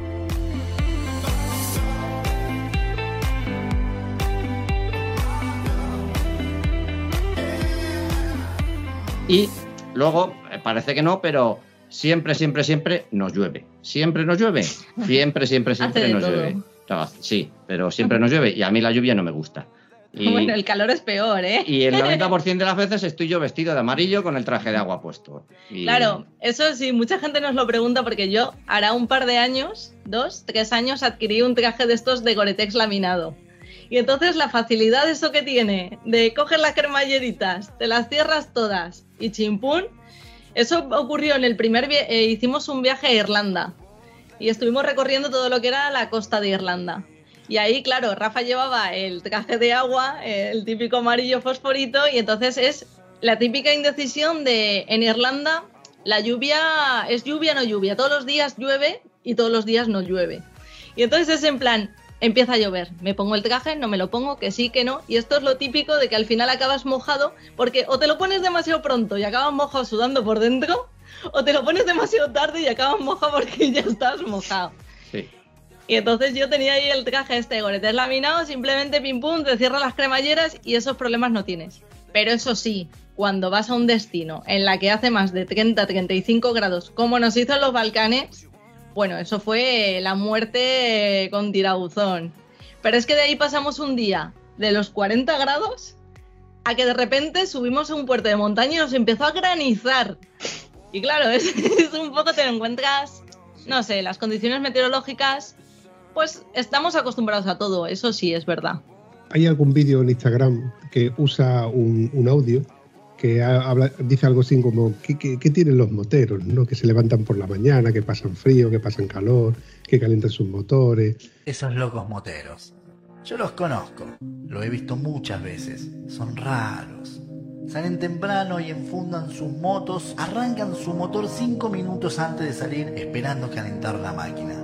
Y luego, parece que no, pero siempre, siempre, siempre nos llueve. Siempre nos llueve. Siempre, siempre, siempre nos todo. llueve. Sí, pero siempre nos llueve y a mí la lluvia no me gusta. Y, bueno, el calor es peor, ¿eh? Y el noventa por ciento de las veces estoy yo vestido de amarillo con el traje de agua puesto. Y... Claro, eso sí, mucha gente nos lo pregunta porque yo hará un par de años, dos, tres años, adquirí un traje de estos de Gore-Tex laminado. Y entonces la facilidad de eso que tiene, de coger las cremalleritas, te las cierras todas y chimpún, eso ocurrió en el primer viaje, eh, hicimos un viaje a Irlanda y estuvimos recorriendo todo lo que era la costa de Irlanda. Y ahí, claro, Rafa llevaba el traje de agua, el típico amarillo fosforito, y entonces es la típica indecisión de en Irlanda la lluvia, es lluvia o no lluvia, todos los días llueve y todos los días no llueve. Y entonces es en plan... Empieza a llover, me pongo el traje, no me lo pongo, que sí, que no, y esto es lo típico de que al final acabas mojado, porque o te lo pones demasiado pronto y acabas mojado sudando por dentro, o te lo pones demasiado tarde y acabas mojado porque ya estás mojado. Sí. Y entonces yo tenía ahí el traje este de Gore-Tex laminado, simplemente pim pum, te cierras las cremalleras y esos problemas no tienes. Pero eso sí, cuando vas a un destino en la que hace más de treinta a treinta y cinco grados, como nos hizo en los Balcanes... Bueno, eso fue la muerte con tirabuzón. Pero es que de ahí pasamos un día de los cuarenta grados a que de repente subimos a un puerto de montaña y nos empezó a granizar. Y claro, es, es un poco te lo encuentras, no sé, las condiciones meteorológicas, pues estamos acostumbrados a todo, eso sí es verdad. Hay algún vídeo en Instagram que usa un, un audio que habla, dice algo así como ¿qué, qué, qué tienen los moteros? ¿No? Que se levantan por la mañana, que pasan frío, que pasan calor, que calientan sus motores. Esos locos moteros. Yo los conozco, lo he visto muchas veces. Son raros. Salen temprano y enfundan sus motos, arrancan su motor cinco minutos antes de salir esperando calentar la máquina.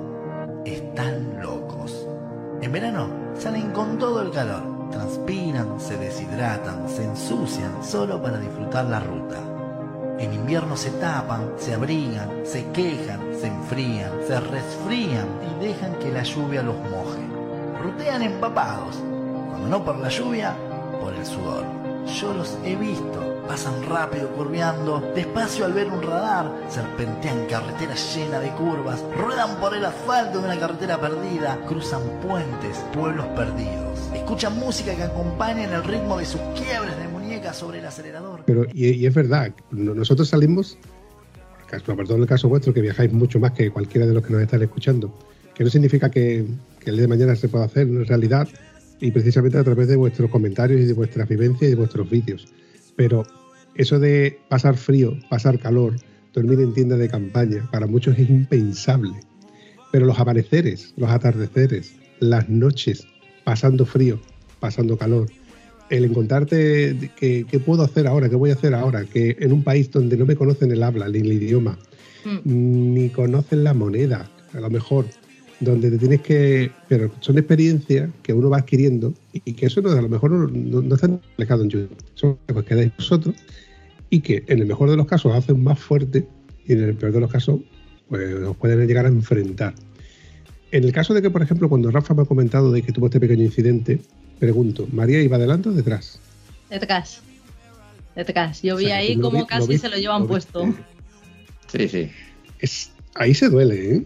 Están locos. En verano salen con todo el calor. Transpiran, se deshidratan, se ensucian solo para disfrutar la ruta. En invierno se tapan, se abrigan, se quejan, se enfrían, se resfrían y dejan que la lluvia los moje. Rutean empapados, cuando no por la lluvia, por el sudor. Yo los he visto, pasan rápido curveando, despacio al ver un radar, serpentean carreteras llenas de curvas, ruedan por el asfalto de una carretera perdida, cruzan puentes, pueblos perdidos. Escuchan música que acompaña en el ritmo de sus quiebres de muñecas sobre el acelerador. Pero, y, y es verdad, nosotros salimos, sobre todo en el caso vuestro, que viajáis mucho más que cualquiera de los que nos están escuchando, que no significa que, que el día de mañana se pueda hacer en realidad, y precisamente a través de vuestros comentarios y de vuestras vivencias y de vuestros vídeos. Pero eso de pasar frío, pasar calor, dormir en tiendas de campaña, para muchos es impensable. Pero los amaneceres, los atardeceres, las noches, pasando frío, pasando calor, el encontrarte qué qué puedo hacer ahora, qué voy a hacer ahora, que en un país donde no me conocen el habla, ni el idioma, mm. ni conocen la moneda, a lo mejor, donde te tienes que... Pero son experiencias que uno va adquiriendo y que eso no, a lo mejor no, no, no está reflejado en YouTube. Son pues quedáis vosotros y que en el mejor de los casos os hacen más fuerte y en el peor de los casos pues os pueden llegar a enfrentar. En el caso de que, por ejemplo, cuando Rafa me ha comentado de que tuvo este pequeño incidente, pregunto, ¿María iba adelante o detrás? Detrás. Detrás. Yo vi O sea, ahí lo como vi- casi vi- se lo llevan lo puesto. viste. Sí, sí. Es, ahí se duele, ¿eh?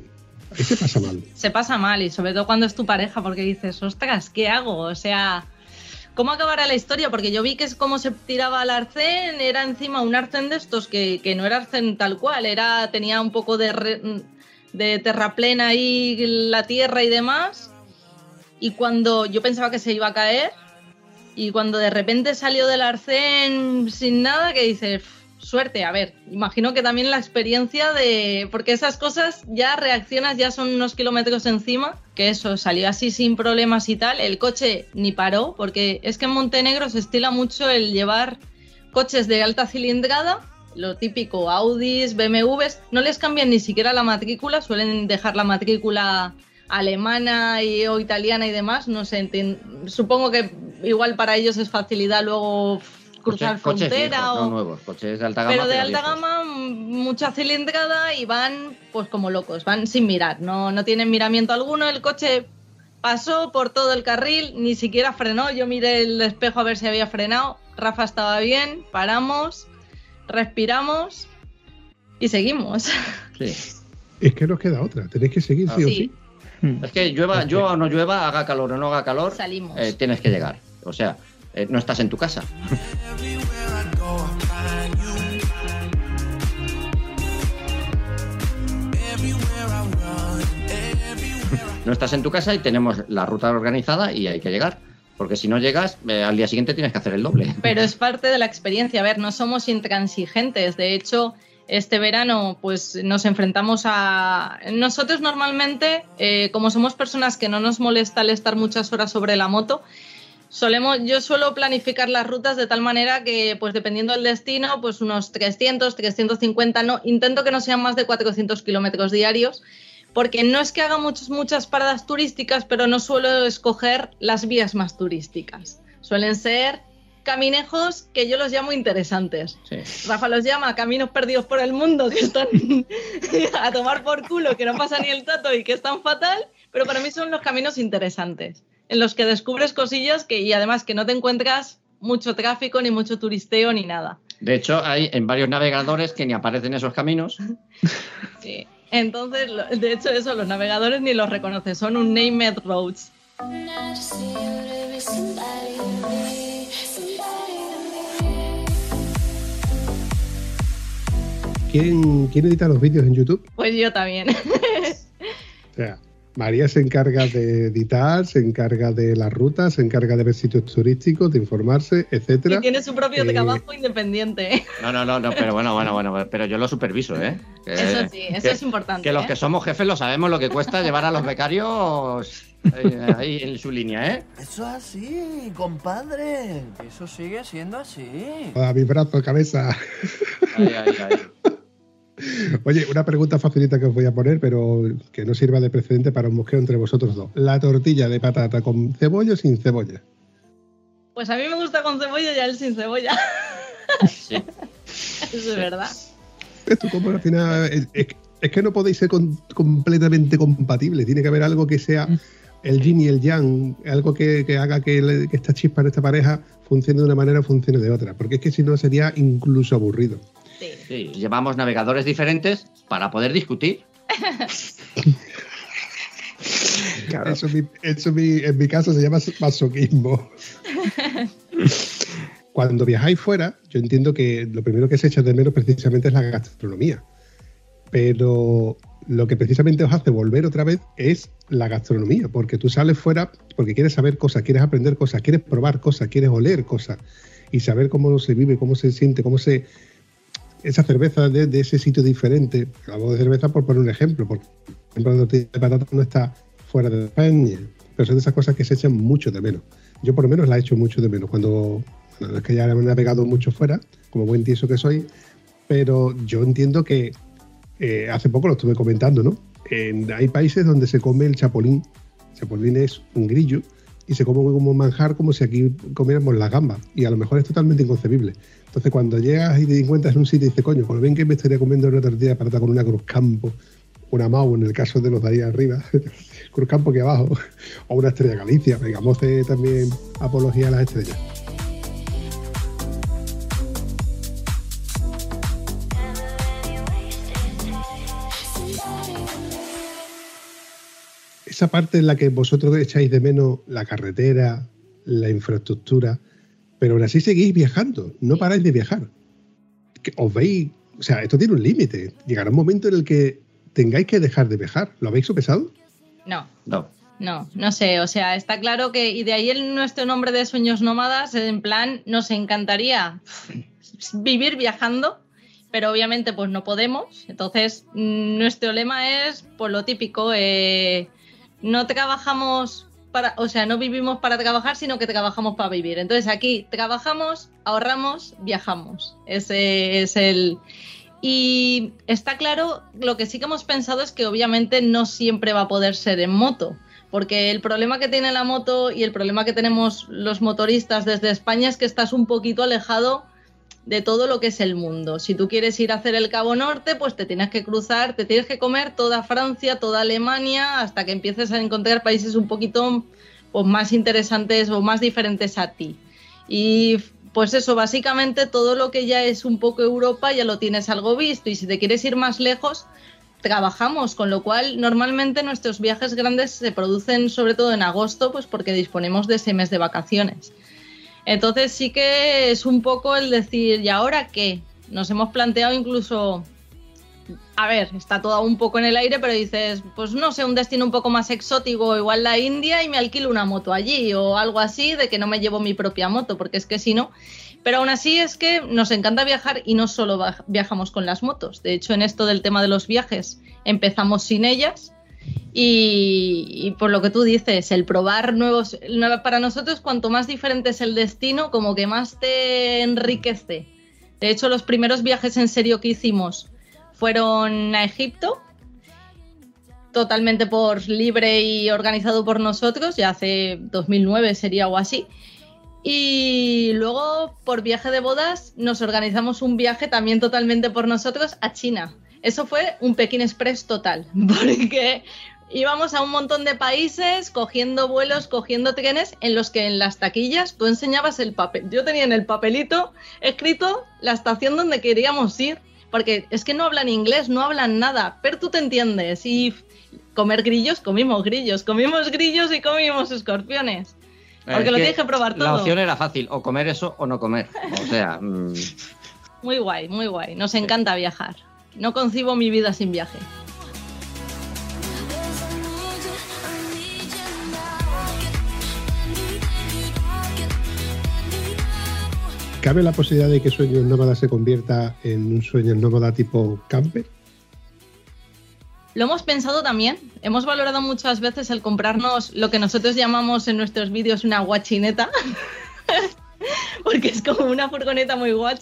Ahí se pasa mal. Se pasa mal, y sobre todo cuando es tu pareja, porque dices, ostras, ¿qué hago? O sea, ¿cómo acabará la historia? Porque yo vi que es como se tiraba al arcén, era encima un arcén de estos que, que no era arcén tal cual, era tenía un poco de, re, de terraplén ahí, la tierra y demás, y cuando yo pensaba que se iba a caer, y cuando de repente salió del arcén sin nada, que dices, suerte, a ver, imagino que también la experiencia de... Porque esas cosas ya reaccionas, ya son unos kilómetros encima, que eso, salió así sin problemas y tal, el coche ni paró, porque es que en Montenegro se estila mucho el llevar coches de alta cilindrada, lo típico, Audis, B M Ws, no les cambian ni siquiera la matrícula, suelen dejar la matrícula alemana y, o italiana y demás, no sé, enti- supongo que igual para ellos es facilidad luego cruzar Coche, frontera coches viejos, o no nuevos, coches de alta gama, pero de pero alta viejos. gama, mucha cilindrada y van pues como locos, van sin mirar, no, no tienen miramiento alguno, el coche pasó por todo el carril, ni siquiera frenó, yo miré el espejo a ver si había frenado, Rafa estaba bien, paramos, respiramos y seguimos. Sí. Es que nos queda otra, tenéis que seguir, Ah, sí, o sí. sí. Es que llueva, llueva o no llueva, haga calor o no haga calor, Salimos. eh, tienes que llegar. O sea, eh, no estás en tu casa. No estás en tu casa y tenemos la ruta organizada y hay que llegar. Porque si no llegas, eh, al día siguiente tienes que hacer el doble. Pero es parte de la experiencia. A ver, no somos intransigentes. De hecho, este verano pues nos enfrentamos a... Nosotros normalmente, eh, como somos personas que no nos molesta el estar muchas horas sobre la moto, solemos, yo suelo planificar las rutas de tal manera que, pues dependiendo del destino, pues unos trescientos, trescientos cincuenta, no, intento que no sean más de cuatrocientos kilómetros diarios, porque no es que haga muchas, muchas paradas turísticas, pero no suelo escoger las vías más turísticas. Suelen ser caminejos que yo los llamo interesantes. Sí. Rafa los llama caminos perdidos por el mundo, que están a tomar por culo, que no pasa ni el tato y que están fatal, pero para mí son los caminos interesantes, en los que descubres cosillas que, y además que no te encuentras mucho tráfico, ni mucho turisteo, ni nada. De hecho, hay en varios navegadores que ni aparecen esos caminos. Sí. Entonces, de hecho, eso, los navegadores ni los reconocen, son un named roads. ¿Quién, ¿Quién edita los vídeos en YouTube? Pues yo también. O sea, María se encarga de editar, se encarga de las rutas, se encarga de ver sitios turísticos, de informarse, etcétera. Y tiene su propio Eh, trabajo independiente. No, no, no, no, pero bueno, bueno, bueno, pero yo lo superviso, ¿eh? Que, Eso sí, eso que- es importante. Que los ¿eh? que somos jefes lo sabemos lo que cuesta llevar a los becarios eh, ahí en su línea, ¿eh? Eso es así, compadre. Eso sigue siendo así. A mi brazo, cabeza. Ahí, ahí, ahí. Oye, una pregunta facilita que os voy a poner, pero que no sirva de precedente para un mosqueo entre vosotros dos. ¿La tortilla de patata con cebolla o sin cebolla? Pues a mí me gusta con cebolla y a él sin cebolla. Sí. Eso es verdad. Esto como al final es, es- es que no podéis ser con- completamente compatibles. Tiene que haber algo que sea el yin y el yang, algo que, que haga que, le- que esta chispa en esta pareja funcione de una manera o funcione de otra. Porque es que si no sería incluso aburrido. Sí. Sí, llevamos navegadores diferentes para poder discutir. Claro. Eso, en mi- eso en mi- en mi caso se llama masoquismo. Cuando viajáis fuera, yo entiendo que lo primero que se echa de menos precisamente es la gastronomía. Pero lo que precisamente os hace volver otra vez es la gastronomía, porque tú sales fuera porque quieres saber cosas, quieres aprender cosas, quieres probar cosas, quieres oler cosas y saber cómo se vive, cómo se siente, cómo se... Esa cerveza de, de ese sitio diferente. Hablo de cerveza por poner un ejemplo, porque por ejemplo la tortilla de patata no está fuera de España, pero son de esas cosas que se echan mucho de menos. Yo por lo menos la echo mucho de menos cuando... Bueno, es que ya he navegado mucho fuera, como buen tieso que soy, pero yo entiendo que eh, hace poco lo estuve comentando, ¿no? En- hay países donde se come el chapolín. El chapolín es un grillo y se come como manjar, como si aquí comiéramos la gamba. Y a lo mejor es totalmente inconcebible. Entonces, cuando llegas y te encuentras en un sitio y dices, coño, con lo bien que me estaría comiendo una tortilla de patata con una cruzcampo, una mau en el caso de los de ahí arriba, cruzcampo aquí abajo, o una estrella Galicia, digamos eh, también apología a las estrellas. esa parte en la que vosotros echáis de menos la carretera, la infraestructura, pero aún así seguís viajando, no paráis de viajar. Os veis, o sea, esto tiene un límite. Llegará un momento en el que tengáis que dejar de viajar. ¿Lo habéis sopesado? No. No. No, no sé, o sea, está claro que, y de ahí el, nuestro nombre de Sueños Nómadas, en plan, nos encantaría vivir viajando, pero obviamente pues no podemos. Entonces, nuestro lema es, pues lo típico, eh, no trabajamos para, o sea, no vivimos para trabajar, sino que trabajamos para vivir. Entonces aquí trabajamos, ahorramos, viajamos. Ese es el... Y está claro, lo que sí que hemos pensado es que obviamente no siempre va a poder ser en moto, porque el problema que tiene la moto y el problema que tenemos los motoristas desde España es que estás un poquito alejado de todo lo que es el mundo. Si tú quieres ir a hacer el Cabo Norte, pues te tienes que cruzar, te tienes que comer toda Francia, toda Alemania, hasta que empieces a encontrar países un poquito pues, más interesantes o más diferentes a ti. Y pues eso, básicamente todo lo que ya es un poco Europa ya lo tienes algo visto, y si te quieres ir más lejos, trabajamos, con lo cual normalmente nuestros viajes grandes se producen sobre todo en agosto, pues porque disponemos de ese mes de vacaciones. Entonces sí que es un poco el decir, ¿y ahora qué? Nos hemos planteado incluso, a ver, está todo un poco en el aire, pero dices, pues no sé, un destino un poco más exótico, igual la India, y me alquilo una moto allí, o algo así, de que no me llevo mi propia moto, porque es que si no... Pero aún así es que nos encanta viajar y no solo viajamos con las motos. De hecho, en esto del tema de los viajes empezamos sin ellas y, y por lo que tú dices, el probar nuevos... Para nosotros, cuanto más diferente es el destino, como que más te enriquece. De hecho, los primeros viajes en serio que hicimos fueron a Egipto, totalmente por libre y organizado por nosotros, ya hace dos mil nueve sería o así. Y luego, por viaje de bodas, nos organizamos un viaje también totalmente por nosotros a China. Eso fue un Pekín Express total, porque íbamos a un montón de países, cogiendo vuelos, cogiendo trenes, en los que en las taquillas tú enseñabas el papel. Yo tenía en el papelito escrito la estación donde queríamos ir, porque es que no hablan inglés, no hablan nada, pero tú te entiendes. Y comer grillos, comimos grillos, comimos grillos y comimos escorpiones. Porque es lo que tienes que probar todo. La opción era fácil, o comer eso o no comer. O sea... Mmm... Muy guay, muy guay. Nos encanta viajar. No concibo mi vida sin viaje. ¿Cabe la posibilidad de que Sueños Nómadas se convierta en un Sueños Nómada tipo camper? Lo hemos pensado también. Hemos valorado muchas veces el comprarnos lo que nosotros llamamos en nuestros vídeos una guachineta, porque es como una furgoneta muy guachi.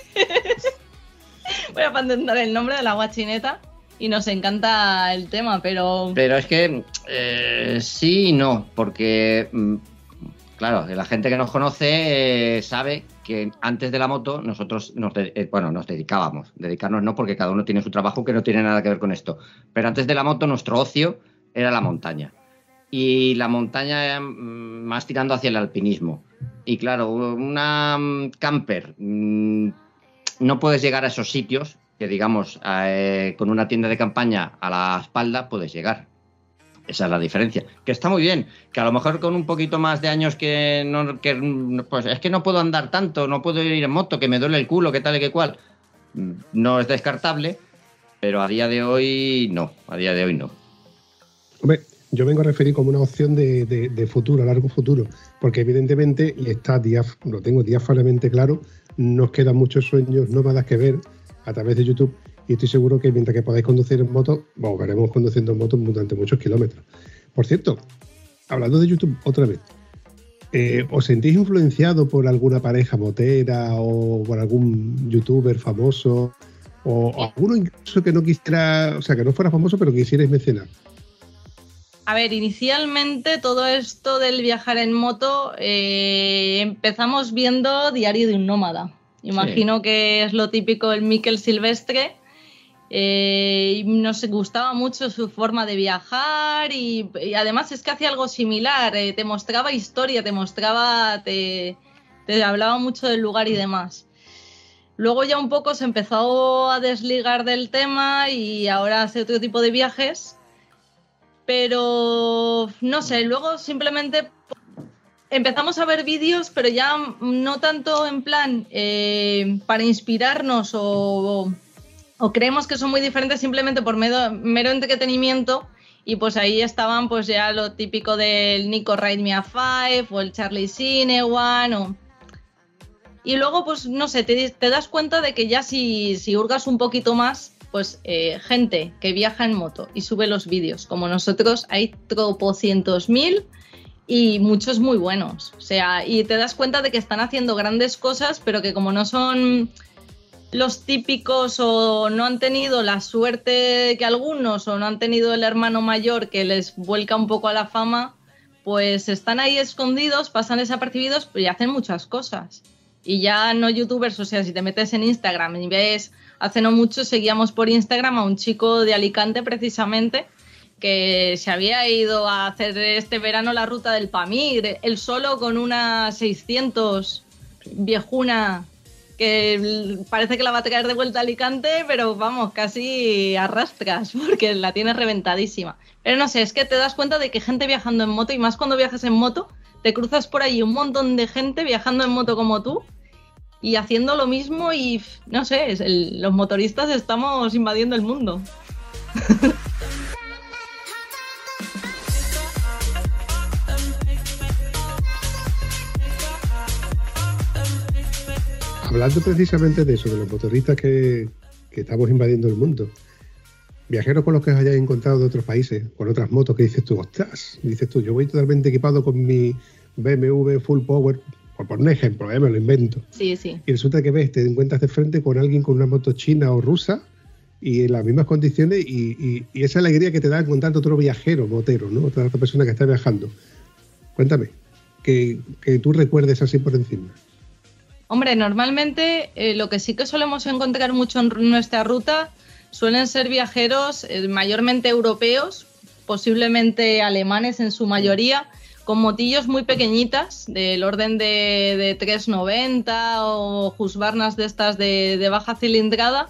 Voy a patentar el nombre de la guachineta y nos encanta el tema, pero... Pero es que eh, sí y no, porque... Claro, la gente que nos conoce eh, sabe que antes de la moto nosotros nos, de, eh, bueno, nos dedicábamos, dedicarnos no, porque cada uno tiene su trabajo que no tiene nada que ver con esto, pero antes de la moto nuestro ocio era la montaña, y la montaña mm, más tirando hacia el alpinismo, y claro, una mm, camper, mm, no puedes llegar a esos sitios que digamos eh, con una tienda de campaña a la espalda puedes llegar. Esa es la diferencia, que está muy bien, que a lo mejor con un poquito más de años que no, que pues es que no puedo andar tanto, no puedo ir en moto, que me duele el culo, que tal y que cual, no es descartable, pero a día de hoy no, a día de hoy no. Hombre, yo vengo a referir como una opción de, de, de futuro, a largo futuro, porque evidentemente, y está diaf, lo tengo diáfanamente claro, nos quedan muchos Sueños Nómadas que ver a través de YouTube. Y estoy seguro que mientras que podáis conducir en moto, os veremos conduciendo en moto durante muchos kilómetros. Por cierto, hablando de YouTube otra vez, eh, ¿os sentís influenciado por alguna pareja motera o por algún youtuber famoso? O, o alguno incluso que no quisiera, o sea, que no fuera famoso, pero quisierais mencionar. A ver, inicialmente todo esto del viajar en moto eh, empezamos viendo Diario de un Nómada. Imagino sí. Que es lo típico el Miquel Silvestre. Eh, nos gustaba mucho su forma de viajar y, y además es que hacía algo similar, eh, te mostraba historia, te mostraba, te, te hablaba mucho del lugar y demás. Luego ya un poco se empezó a desligar del tema y ahora hace otro tipo de viajes Pero no sé, luego simplemente empezamos a ver vídeos, pero ya no tanto en plan eh, para inspirarnos o, o creemos que son muy diferentes simplemente por mero, mero entretenimiento. Y pues ahí estaban pues ya lo típico del Nico Ride Me a Five o el Charlie Cinewan o... Y luego pues no sé, te, te das cuenta de que ya si, si hurgas un poquito más, pues eh, gente que viaja en moto y sube los vídeos como nosotros, hay tropocientos mil y muchos muy buenos. O sea, y te das cuenta de que están haciendo grandes cosas, pero que como no son los típicos o no han tenido la suerte que algunos o no han tenido el hermano mayor que les vuelca un poco a la fama, pues están ahí escondidos, pasan desapercibidos y hacen muchas cosas. Y ya no youtubers, o sea, si te metes en Instagram y ves, hace no mucho seguíamos por Instagram a un chico de Alicante precisamente que se había ido a hacer este verano la ruta del Pamir, él solo con una seiscientos viejuna que parece que la va a traer de vuelta a Alicante, pero vamos, casi arrastras porque la tienes reventadísima. Pero no sé, es que te das cuenta de que gente viajando en moto, y más cuando viajas en moto, te cruzas por allí un montón de gente viajando en moto como tú y haciendo lo mismo y no sé, es el, los motoristas estamos invadiendo el mundo. Hablando precisamente de eso, de los motoristas que, que estamos invadiendo el mundo, viajeros con los que os hayáis encontrado de otros países, con otras motos, que dices tú, ostras, dices tú, yo voy totalmente equipado con mi B M W Full Power, por poner un ejemplo, ¿eh? Me lo invento. Sí, sí. Y resulta que ves, te encuentras de frente con alguien con una moto china o rusa y en las mismas condiciones y, y, y esa alegría que te da encontrarte otro viajero, motero, ¿no? Otra, otra persona que está viajando. Cuéntame, que, que tú recuerdes así por encima. Hombre, normalmente eh, lo que sí que solemos encontrar mucho en nuestra ruta suelen ser viajeros eh, mayormente europeos, posiblemente alemanes en su mayoría, con motillos muy pequeñitas, del orden de, de trescientos noventa o Husqvarnas de estas de, de baja cilindrada,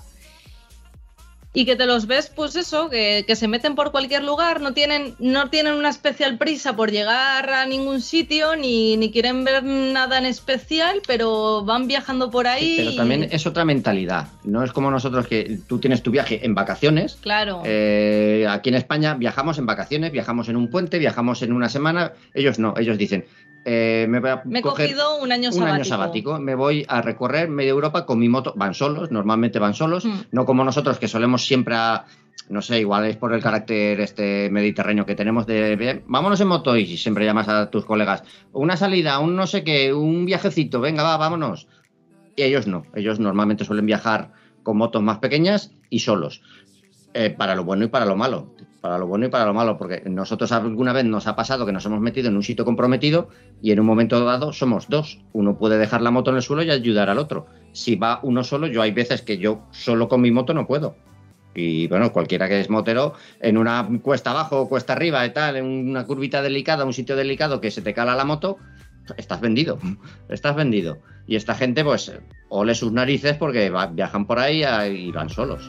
y que te los ves, pues eso, que, que se meten por cualquier lugar, no tienen, no tienen una especial prisa por llegar a ningún sitio, ni, ni quieren ver nada en especial, pero van viajando por ahí. Sí, pero también es otra mentalidad, no es como nosotros que tú tienes tu viaje en vacaciones. Claro. Eh, aquí en España viajamos en vacaciones, viajamos en un puente, viajamos en una semana, ellos no, ellos dicen... Eh, me voy a me he coger cogido un año sabático. Un año sabático. Me voy a recorrer media Europa con mi moto. Van solos, normalmente van solos. Mm. No como nosotros, que solemos siempre a... No sé, igual es por el carácter este mediterráneo que tenemos de... Bien, vámonos en moto y siempre llamas a tus colegas. Una salida, un no sé qué, un viajecito. Venga, va, vámonos. Y ellos no. Ellos normalmente suelen viajar con motos más pequeñas y solos. Eh, para lo bueno y para lo malo. Para lo bueno y para lo malo, porque nosotros alguna vez nos ha pasado que nos hemos metido en un sitio comprometido y en un momento dado somos dos. Uno puede dejar la moto en el suelo y ayudar al otro. Si va uno solo, yo hay veces que yo solo con mi moto no puedo. Y bueno, cualquiera que es motero, en una cuesta abajo o cuesta arriba y tal, en una curvita delicada, un sitio delicado que se te cala la moto, estás vendido, estás vendido. Y esta gente pues ole sus narices porque va, viajan por ahí y van solos.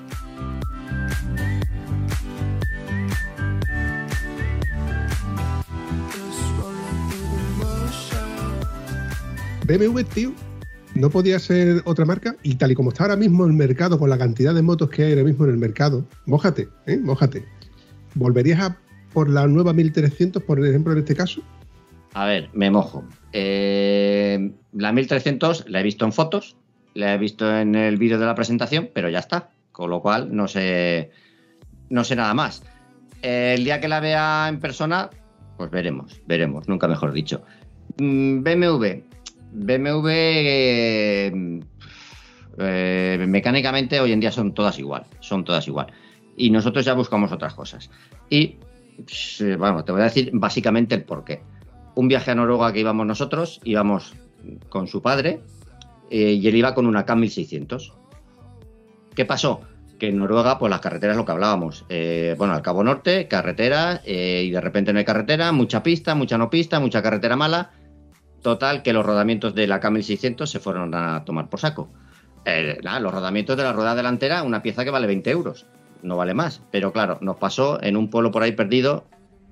B M W, tío, no podía ser otra marca, y tal y como está ahora mismo el mercado, con la cantidad de motos que hay ahora mismo en el mercado, mójate, ¿eh? Mójate. ¿Volverías a por la nueva mil trescientos, por ejemplo, en este caso? A ver, me mojo. Eh, la mil trescientos la he visto en fotos, la he visto en el vídeo de la presentación, pero ya está. Con lo cual, no sé, no sé nada más. Eh, el día que la vea en persona, pues veremos, veremos, nunca mejor dicho. Mm, B M W. B M W eh, eh, mecánicamente hoy en día son todas igual, son todas igual. Y nosotros ya buscamos otras cosas. Y, pues, bueno, te voy a decir básicamente el porqué. Un viaje a Noruega que íbamos nosotros, íbamos con su padre eh, y él iba con una K mil seiscientos. ¿Qué pasó? Que en Noruega, pues las carreteras, lo que hablábamos, eh, bueno, al Cabo Norte, carretera, eh, y de repente no hay carretera, mucha pista, mucha no pista, mucha carretera mala. Total, que los rodamientos de la K mil seiscientos se fueron a tomar por saco. Eh, nada, los rodamientos de la rueda delantera, una pieza que vale veinte euros, no vale más. Pero claro, nos pasó en un pueblo por ahí perdido,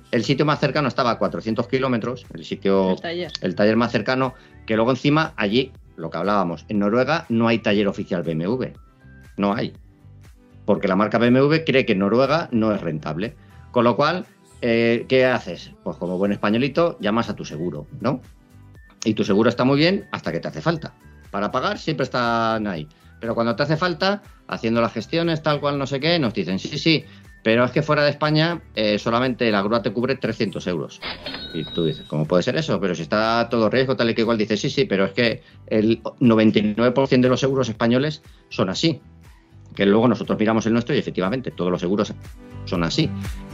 el sitio más cercano estaba a cuatrocientos kilómetros, el sitio, el taller. el taller más cercano, que luego encima allí, lo que hablábamos, en Noruega no hay taller oficial B M W, no hay, porque la marca B M W cree que en Noruega no es rentable, con lo cual, eh, ¿qué haces? Pues como buen españolito, llamas a tu seguro, ¿no? Y tu seguro está muy bien hasta que te hace falta. Para pagar siempre están ahí, pero cuando te hace falta, haciendo las gestiones, tal cual, no sé qué, nos dicen, sí, sí, pero es que fuera de España eh, solamente la grúa te cubre trescientos euros. Y tú dices, ¿cómo puede ser eso? Pero si está todo riesgo, tal y que igual, dices, sí, sí, pero es que el noventa y nueve por ciento de los seguros españoles son así. Que luego nosotros miramos el nuestro y efectivamente todos los seguros son así.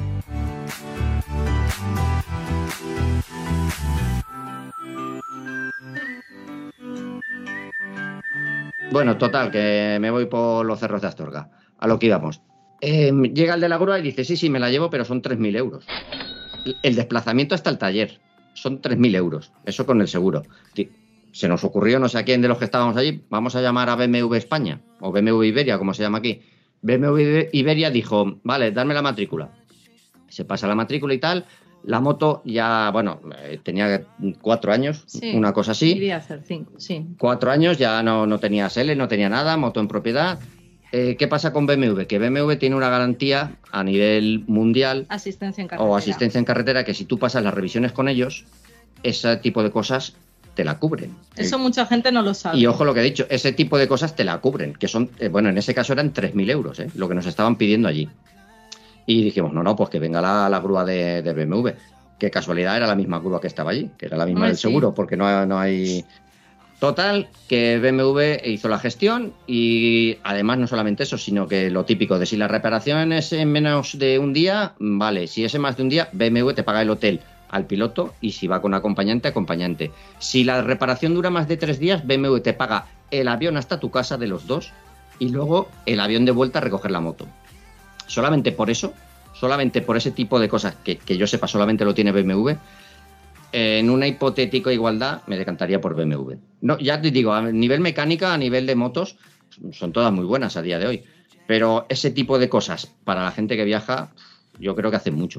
Bueno, total, que me voy por los cerros de Astorga. A lo que íbamos. Eh, llega el de la grúa y dice, sí, sí, me la llevo, pero son tres mil euros. El desplazamiento hasta el taller son tres mil euros. Eso con el seguro. Se nos ocurrió, no sé a quién de los que estábamos allí, vamos a llamar a B M W España, o B M W Iberia, como se llama aquí. B M W Iberia dijo, vale, dame la matrícula. Se pasa la matrícula y tal. La moto ya, bueno, eh, tenía cuatro años, sí, una cosa así. Quería hacer cinco, sí. Cuatro años, ya no, no tenía S L, no tenía nada, moto en propiedad. Eh, ¿Qué pasa con B M W? Que B M W tiene una garantía a nivel mundial. Asistencia en carretera. O asistencia en carretera, que si tú pasas las revisiones con ellos, ese tipo de cosas te la cubren. Eso eh, mucha gente no lo sabe. Y ojo lo que he dicho, ese tipo de cosas te la cubren, que son, eh, bueno, en ese caso eran tres mil euros, eh, lo que nos estaban pidiendo allí. Y dijimos, no, no, pues que venga la, la grúa de, de B M W. Qué casualidad, era la misma grúa que estaba allí, que era la misma Ay, del sí. seguro, porque no, no hay... Total, que B M W hizo la gestión y además no solamente eso, sino que lo típico de si la reparación es en menos de un día, vale, si es en más de un día, B M W te paga el hotel al piloto y si va con acompañante, acompañante. Si la reparación dura más de tres días, B M W te paga el avión hasta tu casa de los dos y luego el avión de vuelta a recoger la moto. Solamente por eso, solamente por ese tipo de cosas que, que yo sepa solamente lo tiene B M W, en una hipotética igualdad me decantaría por B M W. No, ya te digo, a nivel mecánica, a nivel de motos, son todas muy buenas a día de hoy. Pero ese tipo de cosas, para la gente que viaja, yo creo que hace mucho.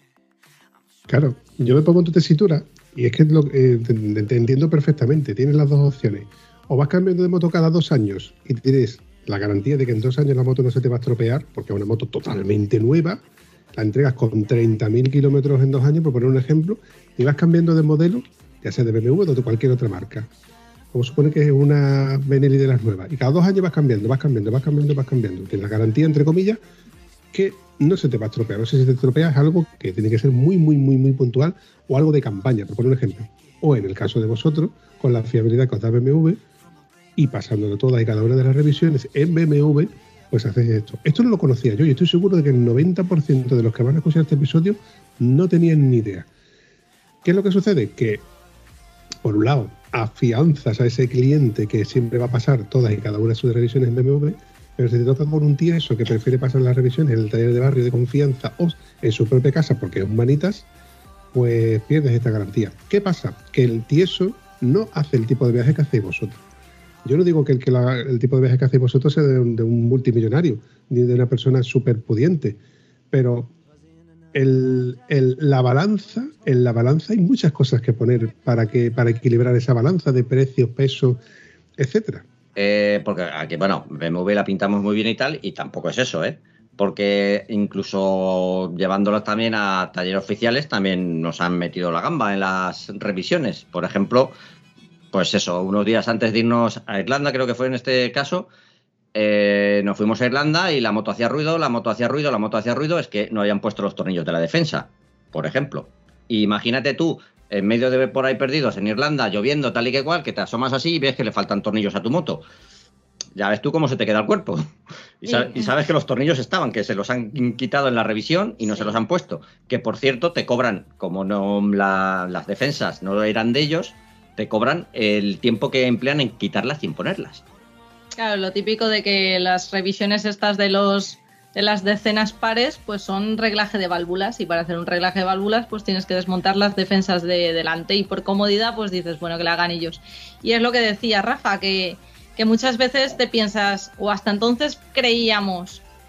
Claro, yo me pongo en tu tesitura y es que lo, eh, te, te entiendo perfectamente. Tienes las dos opciones. O vas cambiando de moto cada dos años y tienes la garantía de que en dos años la moto no se te va a estropear, porque es una moto totalmente nueva. La entregas con treinta mil kilómetros en dos años, por poner un ejemplo, y vas cambiando de modelo, ya sea de B M W o de cualquier otra marca. Como supone que es una Benelli de las nuevas. Y cada dos años vas cambiando, vas cambiando, vas cambiando, vas cambiando. Tienes la garantía, entre comillas, que no se te va a estropear. O sea, si se te estropea es algo que tiene que ser muy, muy, muy, muy puntual o algo de campaña, por poner un ejemplo. O en el caso de vosotros, con la fiabilidad que os da B M W y pasándolo todas y cada una de las revisiones en B M W, pues haces esto. Esto no lo conocía yo y estoy seguro de que el noventa por ciento de los que van a escuchar este episodio no tenían ni idea. ¿Qué es lo que sucede? Que, por un lado, afianzas a ese cliente que siempre va a pasar todas y cada una de sus revisiones en B M W, pero si te toca con un tieso que prefiere pasar las revisiones en el taller de barrio de confianza o en su propia casa porque es un manitas, pues pierdes esta garantía. ¿Qué pasa? Que el tieso no hace el tipo de viaje que hacéis vosotros. Yo no digo que el, que la, el tipo de viaje que hacéis vosotros sea de un, de un multimillonario ni de una persona súper pudiente, pero el, el, la balanza, en la balanza hay muchas cosas que poner para, que, para equilibrar esa balanza de precios, peso, etcétera. Eh, porque aquí, bueno, B M W la pintamos muy bien y tal, y tampoco es eso, ¿eh? Porque incluso llevándolos también a talleres oficiales también nos han metido la gamba en las revisiones. Por ejemplo, pues eso, unos días antes de irnos a Irlanda, creo que fue en este caso, eh, nos fuimos a Irlanda y la moto hacía ruido, la moto hacía ruido, la moto hacía ruido, es que no habían puesto los tornillos de la defensa, por ejemplo. Y imagínate tú, en medio de por ahí perdidos en Irlanda, lloviendo tal y que cual, que te asomas así y ves que le faltan tornillos a tu moto. Ya ves tú cómo se te queda el cuerpo. Y, sab- y sabes que los tornillos estaban, que se los han quitado en la revisión y no sí. se los han puesto. Que, por cierto, te cobran, como no la, las defensas no eran de ellos, te cobran el tiempo que emplean en quitarlas y en ponerlas. Claro, lo típico de que las revisiones estas de los de las decenas pares pues son reglaje de válvulas y para hacer un reglaje de válvulas pues tienes que desmontar las defensas de delante y por comodidad pues dices, bueno, que la hagan ellos. Y es lo que decía Rafa, que, que muchas veces te piensas, o hasta entonces creíamos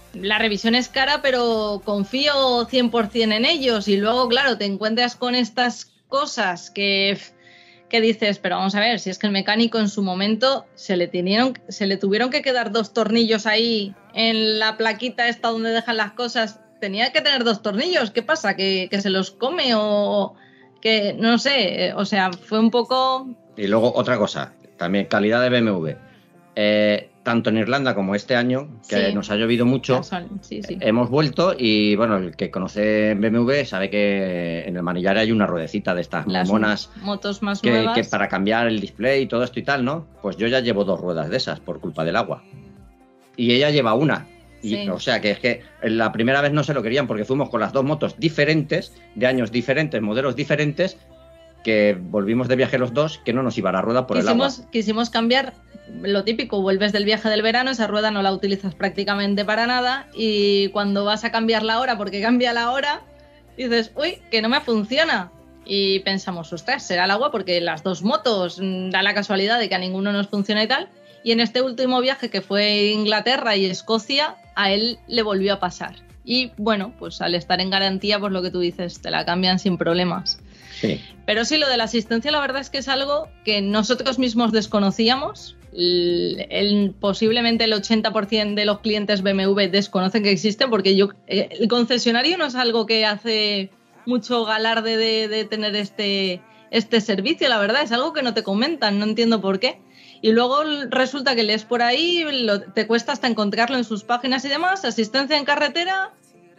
la revisión es cara, pero confío cien por ciento en ellos. Y luego, claro, te encuentras con estas cosas que, que dices, pero vamos a ver, si es que el mecánico en su momento se le, tenieron, se le tuvieron que quedar dos tornillos ahí en la plaquita esta donde dejan las cosas. Tenía que tener dos tornillos. ¿Qué pasa? ¿Que, que se los come o que no sé? O sea, fue un poco... Y luego otra cosa, también calidad de B M W. Eh, tanto en Irlanda como este año, que sí, nos ha llovido mucho, sí, sí. hemos vuelto y bueno, el que conoce B M W sabe que en el manillar hay una ruedecita de estas Las monas motos más que, nuevas. que para cambiar el display y todo esto y tal, ¿no? Pues yo ya llevo dos ruedas de esas por culpa del agua. Y ella lleva una. Y, sí. O sea que es que la primera vez no se lo querían porque fuimos con las dos motos diferentes, de años diferentes, modelos diferentes, que volvimos de viaje los dos, que no nos iba la rueda por quisimos, el agua. Quisimos cambiar lo típico, vuelves del viaje del verano, esa rueda no la utilizas prácticamente para nada y cuando vas a cambiar la hora, porque cambia la hora, dices, uy, que no me funciona. Y pensamos, ostras, será el agua porque las dos motos, da la casualidad de que a ninguno nos funciona y tal. Y en este último viaje que fue Inglaterra y Escocia, a él le volvió a pasar. Y bueno, pues al estar en garantía, pues lo que tú dices, te la cambian sin problemas. Sí. Pero sí, lo de la asistencia la verdad es que es algo que nosotros mismos desconocíamos. El, el, posiblemente el ochenta por ciento de los clientes B M W desconocen que existen porque yo el concesionario no es algo que hace mucho galarde de, de tener este, este servicio, la verdad, es algo que no te comentan, no entiendo por qué. Y luego resulta que lees por ahí, lo, te cuesta hasta encontrarlo en sus páginas y demás, asistencia en carretera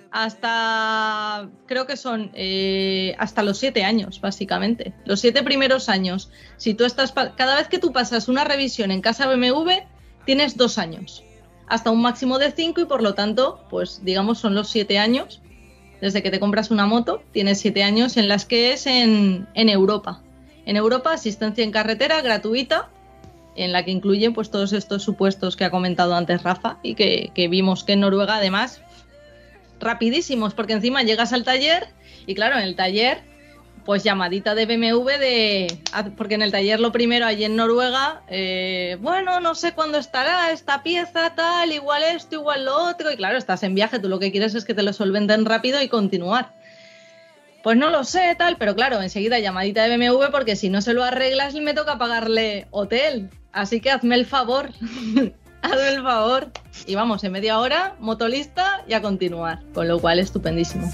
hasta, creo que son eh, hasta los siete años, básicamente. Los siete primeros años. Si tú estás, cada vez que tú pasas una revisión en casa B M W, tienes dos años. Hasta un máximo de cinco y por lo tanto, pues digamos son los siete años. Desde que te compras una moto, tienes siete años en las que es en, en Europa. En Europa, asistencia en carretera gratuita, en la que incluyen pues todos estos supuestos que ha comentado antes Rafa y que, que vimos que en Noruega además rapidísimos, porque encima llegas al taller y claro, en el taller pues llamadita de B M W de... porque en el taller lo primero allí en Noruega, eh, bueno, no sé cuándo estará esta pieza, tal, igual esto, igual lo otro, y claro, estás en viaje, tú lo que quieres es que te lo solventen rápido y continuar. Pues no lo sé, tal, pero claro, enseguida llamadita de B M W porque si no se lo arreglas me toca pagarle hotel, así que hazme el favor, hazme el favor. Y vamos, en media hora, moto lista y a continuar, con lo cual estupendísimo.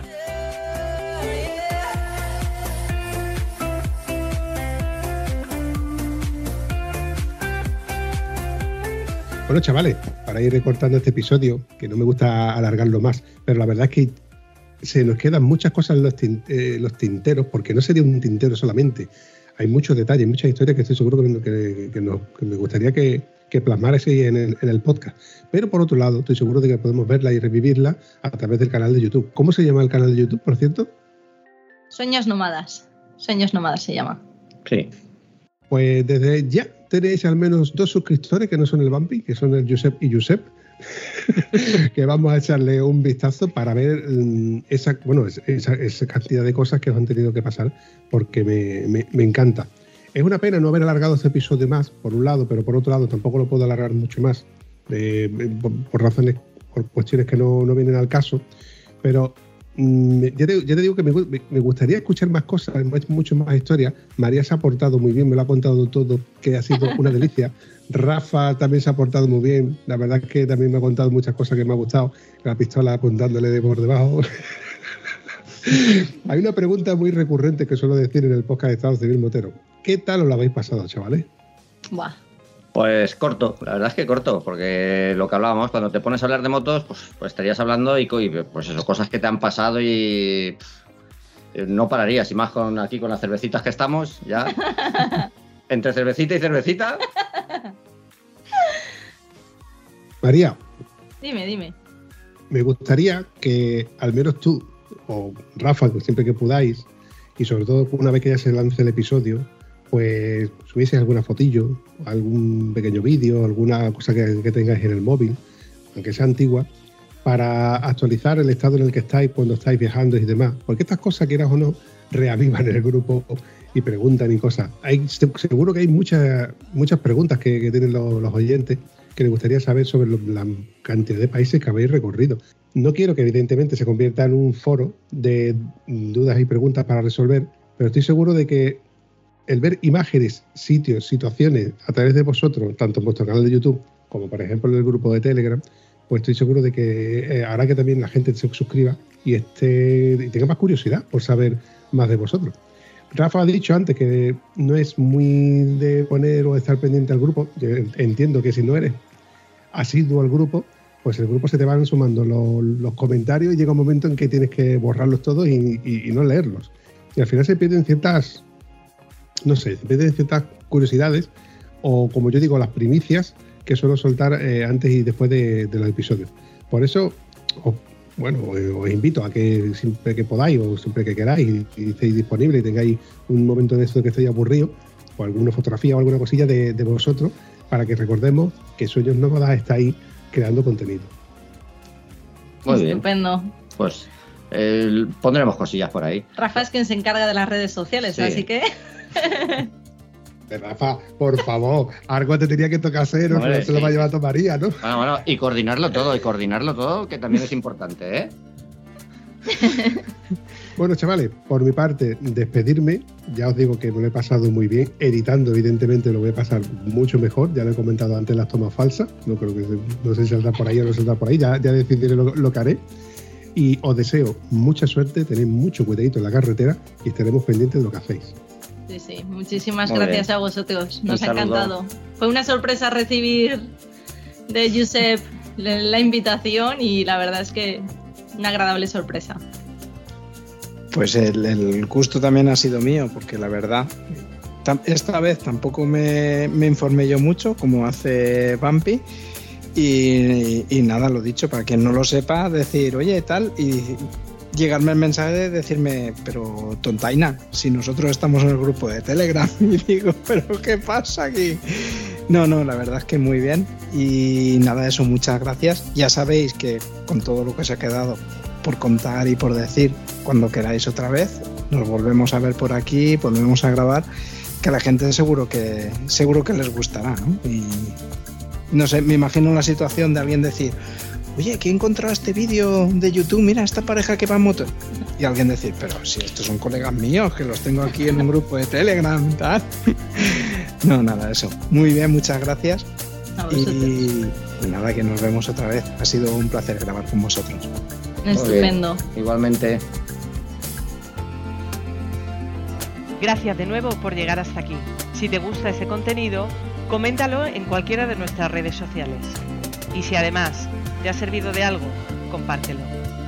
Bueno, chavales, para ir recortando este episodio, que no me gusta alargarlo más, pero la verdad es que se nos quedan muchas cosas en los, tin, eh, los tinteros, porque no sería un tintero solamente. Hay muchos detalles, muchas historias que estoy seguro que, que, que, nos, que me gustaría que, que plasmarase en el, en el podcast. Pero por otro lado, estoy seguro de que podemos verla y revivirla a través del canal de YouTube. ¿Cómo se llama el canal de YouTube, por cierto? Sueños Nómadas. Sueños Nómadas se llama. Sí. Pues desde ya tenéis al menos dos suscriptores que no son el Bumpy, que son el Josep y Josep, que vamos a echarle un vistazo para ver esa, bueno, esa, esa cantidad de cosas que os han tenido que pasar, porque me, me, me encanta. Es una pena no haber alargado este episodio más, por un lado, pero por otro lado tampoco lo puedo alargar mucho más, eh, por, por razones, por cuestiones que no, no vienen al caso, pero mm, ya, te, ya te digo que me, me gustaría escuchar más cosas, mucho más historias. María se ha portado muy bien, me lo ha contado todo, que ha sido una delicia. Rafa también se ha portado muy bien, la verdad es que también me ha contado muchas cosas que me ha gustado, la pistola apuntándole de por debajo. Hay una pregunta muy recurrente que suelo decir en el podcast de Estado Civil Motero. ¿Qué tal os lo habéis pasado, chavales? Buah. Pues corto, la verdad es que corto, porque lo que hablábamos, cuando te pones a hablar de motos, pues, pues estarías hablando y, y pues eso, cosas que te han pasado y pff, no pararías, y más con aquí con las cervecitas que estamos, ya. Entre cervecita y cervecita. María. Dime, dime. Me gustaría que al menos tú, o Rafa, siempre que podáis, y sobre todo una vez que ya se lance el episodio, pues subieseis alguna fotillo, algún pequeño vídeo, alguna cosa que, que tengáis en el móvil, aunque sea antigua, para actualizar el estado en el que estáis cuando estáis viajando y demás. Porque estas cosas, quieras o no, reavivan el grupo y preguntan y cosas. Hay, seguro que hay muchas muchas preguntas que, que tienen los, los oyentes que les gustaría saber sobre lo, la cantidad de países que habéis recorrido. No quiero que evidentemente se convierta en un foro de dudas y preguntas para resolver, pero estoy seguro de que el ver imágenes, sitios, situaciones a través de vosotros, tanto en vuestro canal de YouTube como por ejemplo en el grupo de Telegram, pues estoy seguro de que eh, hará que también la gente se suscriba y, esté, y tenga más curiosidad por saber más de vosotros. Rafa ha dicho antes que no es muy de poner o estar pendiente al grupo. Yo entiendo que si no eres asiduo al grupo, pues el grupo se te van sumando los, los comentarios y llega un momento en que tienes que borrarlos todos y, y, y no leerlos. Y al final se pierden ciertas, no sé, se pierden ciertas curiosidades o, como yo digo, las primicias que suelo soltar eh, antes y después de, de los episodios. Por eso, os, bueno, os invito a que siempre que podáis o siempre que queráis y, y estéis disponibles y tengáis un momento de esto que estéis aburrido o alguna fotografía o alguna cosilla de, de vosotros para que recordemos que Sueños Nómadas está ahí creando contenido. Muy bien. Estupendo. Pues eh, pondremos cosillas por ahí. Rafa es quien se encarga de las redes sociales, sí. Así que... Rafa, por favor, algo te tenía que tocar hacer, no se sí. lo va a llevar a María, ¿no? Bueno, bueno, y coordinarlo todo, y coordinarlo todo, que también es importante, ¿eh? Bueno, chavales, por mi parte, despedirme. Ya os digo que me lo he pasado muy bien. Editando, evidentemente, lo voy a pasar mucho mejor. Ya lo he comentado antes, las tomas falsas. No creo que no sé si saldrá por ahí o no saldrá por ahí. Ya, ya decidiré lo, lo que haré. Y os deseo mucha suerte, tenéis mucho cuidadito en la carretera y estaremos pendientes de lo que hacéis. Sí, sí, muchísimas Muy gracias bien. a vosotros, nos ha encantado. Fue una sorpresa recibir de Josep la invitación y la verdad es que una agradable sorpresa. Pues el, el gusto también ha sido mío, porque la verdad, esta vez tampoco me, me informé yo mucho, como hace Bumpy, y, y nada, lo dicho, para quien no lo sepa, decir, oye, tal, y... llegarme el mensaje de decirme, pero tontaina, si nosotros estamos en el grupo de Telegram. Y digo, pero ¿qué pasa aquí? No, no, la verdad es que muy bien. Y nada, eso, muchas gracias. Ya sabéis que con todo lo que se ha quedado por contar y por decir, cuando queráis otra vez, nos volvemos a ver por aquí, volvemos a grabar, que a la gente seguro que, seguro que les gustará, ¿no? Y no sé, me imagino la situación de alguien decir, oye, ¿quién ha encontrado este vídeo de YouTube? Mira, esta pareja que va en moto. Y alguien decir, pero si estos son colegas míos, que los tengo aquí en un grupo de Telegram y tal. No, nada, eso. Muy bien, muchas gracias. Y, y nada, que nos vemos otra vez. Ha sido un placer grabar con vosotros. Estupendo. Igualmente. Gracias de nuevo por llegar hasta aquí. Si te gusta ese contenido, coméntalo en cualquiera de nuestras redes sociales. Y si además te ha servido de algo, compártelo.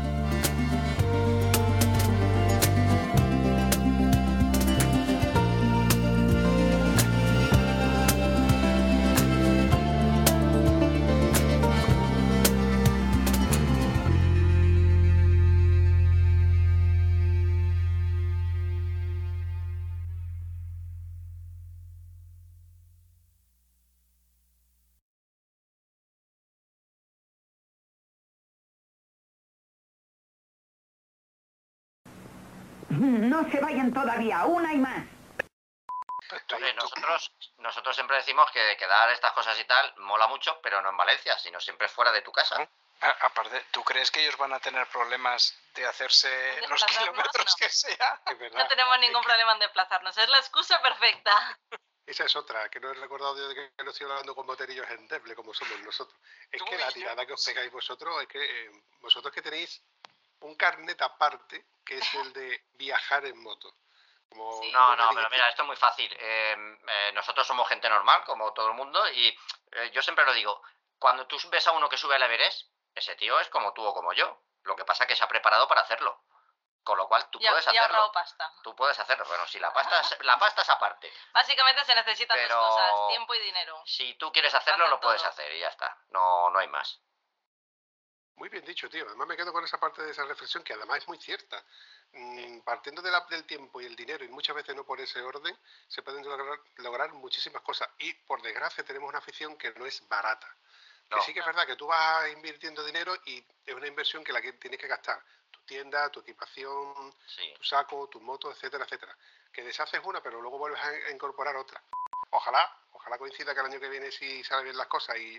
No se vayan todavía, una y más. Hombre, nosotros, nosotros siempre decimos que quedar estas cosas y tal mola mucho, pero no en Valencia, sino siempre fuera de tu casa. A, aparte, ¿tú crees que ellos van a tener problemas de hacerse de los kilómetros no. que sea? No tenemos ningún es que... problema en desplazarnos, es la excusa perfecta. Esa es otra, que no he recordado de que no estoy hablando con moterillos en Deble, como somos nosotros. Es que la tirada que os pegáis vosotros, es que eh, vosotros que tenéis un carnet aparte, que es el de viajar en moto. Como sí. No, no, pero mira, esto es muy fácil. Eh, eh, nosotros somos gente normal, como todo el mundo, y eh, yo siempre lo digo, cuando tú ves a uno que sube al Everest, ese tío es como tú o como yo. Lo que pasa es que se ha preparado para hacerlo. Con lo cual tú ya, puedes ya hacerlo. ahorrado pasta. Tú puedes hacerlo. Bueno, si la pasta es, la pasta es aparte. Básicamente se necesitan pero dos cosas, tiempo y dinero. Si tú quieres hacerlo, Hacer lo puedes todo. hacer y ya está. No, no hay más. Muy bien dicho, tío. Además me quedo con esa parte de esa reflexión que además es muy cierta. Mm, partiendo de la, del tiempo y el dinero, y muchas veces no por ese orden, se pueden lograr, lograr muchísimas cosas. Y por desgracia tenemos una afición que no es barata. No. Que sí que es verdad que tú vas invirtiendo dinero y es una inversión que la que tienes que gastar. Tu tienda, tu equipación, sí. tu saco, tu moto, etcétera, etcétera. Que deshaces una, pero luego vuelves a incorporar otra. Ojalá, ojalá coincida que el año que viene sí salen bien las cosas y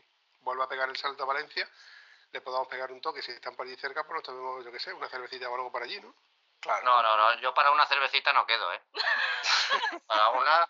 vuelva a pegar el salto a Valencia, le podamos pegar un toque. Si están por allí cerca, pues nos tomemos, yo qué sé, una cervecita o algo por allí, ¿no? Claro. No, no, no, yo para una cervecita no quedo, ¿eh? Para una...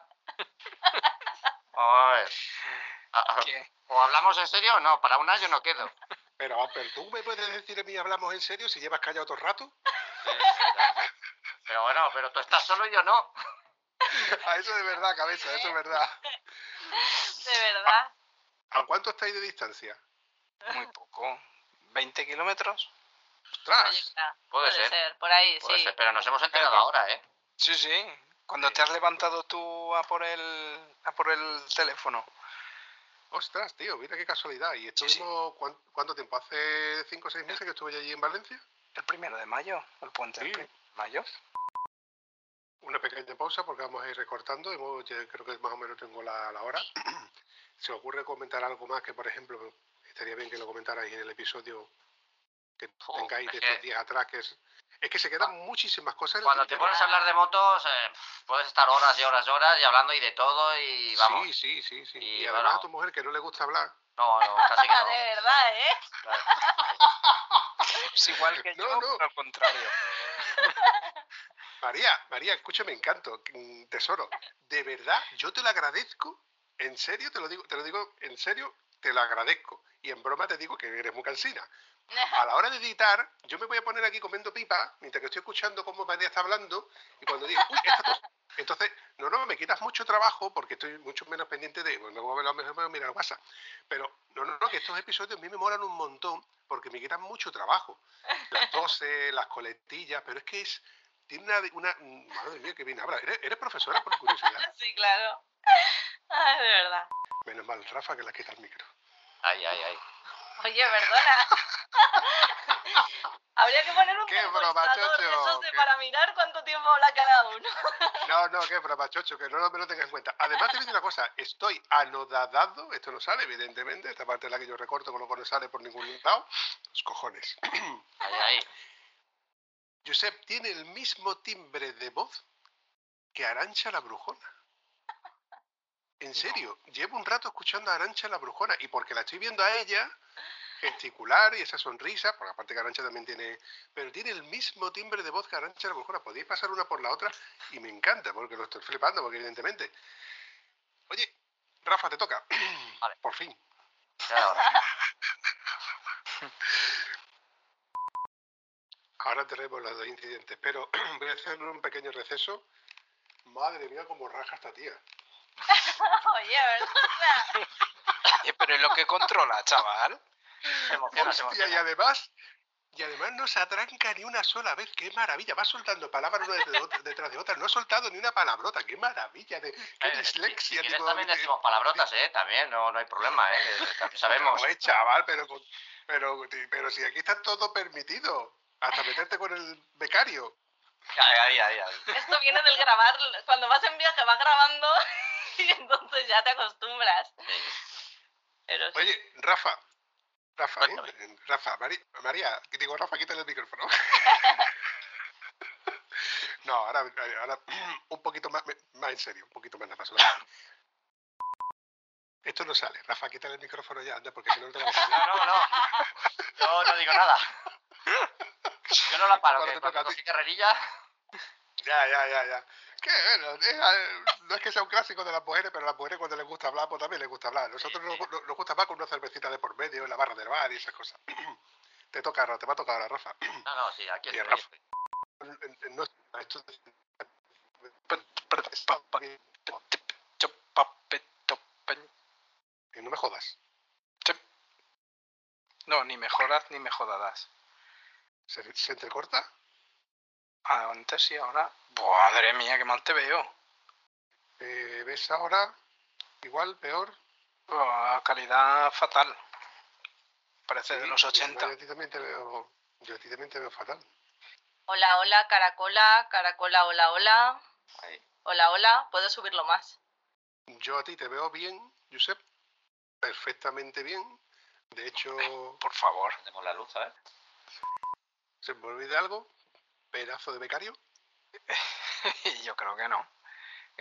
A ver... ¿Qué? ¿O hablamos en serio o no? Para una yo no quedo. Pero, pero tú me puedes decir a mí hablamos en serio si llevas callado todo el rato. Sí, sí, pero bueno, pero tú estás solo y yo no. A eso de verdad, cabeza, eso es verdad. De verdad. ¿A, ¿A cuánto estáis de distancia? Muy poco. ¿veinte kilómetros? ¡Ostras! Puede, puede ser. ser. Por ahí, puede sí. Ser, pero nos hemos enterado ahora, ¿eh? Sí, sí. Cuando sí. Te has levantado tú a por el, a por el teléfono. Ostras, tío, mira qué casualidad. ¿Y estuvimos sí, sí. ¿cuánto tiempo? ¿Hace cinco o seis meses que estuve allí en Valencia? El primero de mayo, el puente sí. de mayo. Una pequeña pausa porque vamos a ir recortando. Hemos, creo que más o menos tengo la, la hora. ¿Se os ocurre comentar algo más que, por ejemplo, estaría bien que lo comentarais en el episodio que oh, tengáis de estos que... días atrás? Que es, es que se quedan ah, muchísimas cosas. En cuando te pones a hablar de motos, eh, puedes estar horas y horas y horas y hablando y de todo y vamos. Sí, sí, sí. sí. Y, y además bueno, a tu mujer que no le gusta hablar. No, no, casi que no. De verdad, ¿eh? Claro. Es igual que no, yo, no. Pero al contrario. María, María, escúchame, encanto, tesoro. De verdad, yo te lo agradezco. En serio, te lo digo, te lo digo en serio, te lo agradezco. Y en broma te digo que eres muy cansina. A la hora de editar, yo me voy a poner aquí comiendo pipa mientras que estoy escuchando cómo María está hablando y cuando digo, uy, esta tos. Entonces, no, no, me quitas mucho trabajo porque estoy mucho menos pendiente de, bueno, a lo mejor me voy a mirar el WhatsApp. Pero, no, no, no, que estos episodios a mí me molan un montón porque me quitan mucho trabajo. Las toses, las coletillas, pero es que es, tiene una, una madre mía, que bien habla. ¿Eres, ¿Eres profesora por curiosidad? Sí, claro. Ay, de verdad. Menos mal, Rafa, que le quita el micro. Ay, ay, ay. Oye, perdona. Habría que poner un termostador de esos de para mirar cuánto tiempo habla cada uno. No, no, qué broma, chocho, que no me lo tengas en cuenta. Además te digo una cosa, estoy anodadado, esto no sale evidentemente, esta parte es la que yo recorto con lo que no sale por ningún lado, los cojones. Ahí, ahí. Josep tiene el mismo timbre de voz que Arantxa la Brujona. En serio, llevo un rato escuchando a Arantxa la Brujona y porque la estoy viendo a ella gesticular y esa sonrisa, porque aparte que Arantxa también tiene, pero tiene el mismo timbre de voz que Arantxa la Brujona. Podéis pasar una por la otra y me encanta porque lo estoy flipando, porque evidentemente. Oye, Rafa, te toca. Vale. Por fin. Ahora tenemos los dos incidentes, pero voy a hacer un pequeño receso. Madre mía, cómo raja esta tía. Oye, ¿verdad? Oye, pero es lo que controla, chaval. Se emociona, Hostia, se emociona. Y además, y además no se atranca ni una sola vez. ¡Qué maravilla! Va soltando palabras una detrás de otra. No ha soltado ni una palabrota. ¡Qué maravilla! De, ¡Qué eh, dislexia! Si tipo, también de, decimos palabrotas, ¿eh? También, no, no hay problema, ¿eh? También sabemos. No, chaval, pero, pero, pero si aquí está todo permitido. Hasta meterte con el becario. Ahí, ahí, ahí, ahí. Esto viene del grabar. Cuando vas en viaje vas grabando y entonces ya te acostumbras. Sí. Pero sí. Oye, Rafa. Rafa, ¿eh? Rafa, María, María, que digo, Rafa, quítale el micrófono. No, ahora, ahora un poquito más, más en serio, un poquito más nada más. Esto no sale. Rafa, quítale el micrófono ya, anda, porque si no no te lo vas a No, no, no. Yo no digo nada. Yo no la paro, cuando que cuando coge carrerilla... Ya, ya, ya, ya. Que bueno, es, no es que sea un clásico de las mujeres, pero a las mujeres cuando les gusta hablar, pues también les gusta hablar. Nosotros nos, nos gusta más con una cervecita de por medio, en la barra del bar y esas cosas. Te toca, te va a tocar ahora, Rafa. No, no, sí, aquí estoy. Rafa. No, esto... Y no me jodas. No, ni me jodas ni me jodadas. ¿Se, se entrecorta? Antes sí, ahora... Madre mía, qué mal te veo. Eh, ¿Ves ahora? Igual, peor. Oh, calidad fatal. Parece sí, de los ochenta. Yo a ti también te veo, yo a ti también te veo fatal. Hola, hola, caracola, caracola, hola, hola. Ahí. Hola, hola, ¿puedo subirlo más? Yo a ti te veo bien, Josep. Perfectamente bien. De hecho... Eh, por favor. Tenemos la luz, ¿eh? ¿Se me olvida algo? ¿Pedazo de becario? Yo creo que no.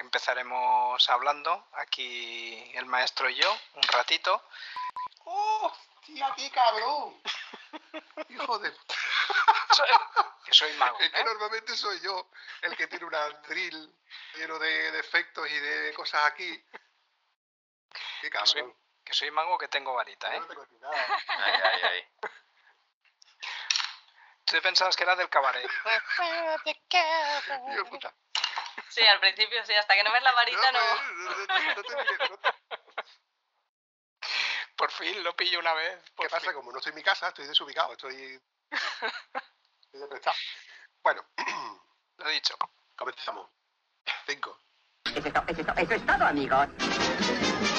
Empezaremos hablando, aquí el maestro y yo, un ratito. ¡Uh! estoy aquí, cabrón. Hijo de... Que soy mago. Es que ¿eh? normalmente soy yo el que tiene un andril lleno de defectos y de cosas aquí. Qué cabrón. Que soy, que soy mago que tengo varita, ¿eh? No tengo ni nada. Ay, ay, ay. Tú pensabas que era del cabaret. Hijo puta. Sí, al principio sí, hasta que no ves la varita no. No, no, no, no te diré, no te- Por fin lo pillo una vez. ¿Qué por pasa? fin. Como no estoy en mi casa, estoy desubicado, estoy... estoy de prestado. Bueno, Lo he dicho. comenzamos. Cinco. Eso es, to- eso es to- eso es todo, amigos.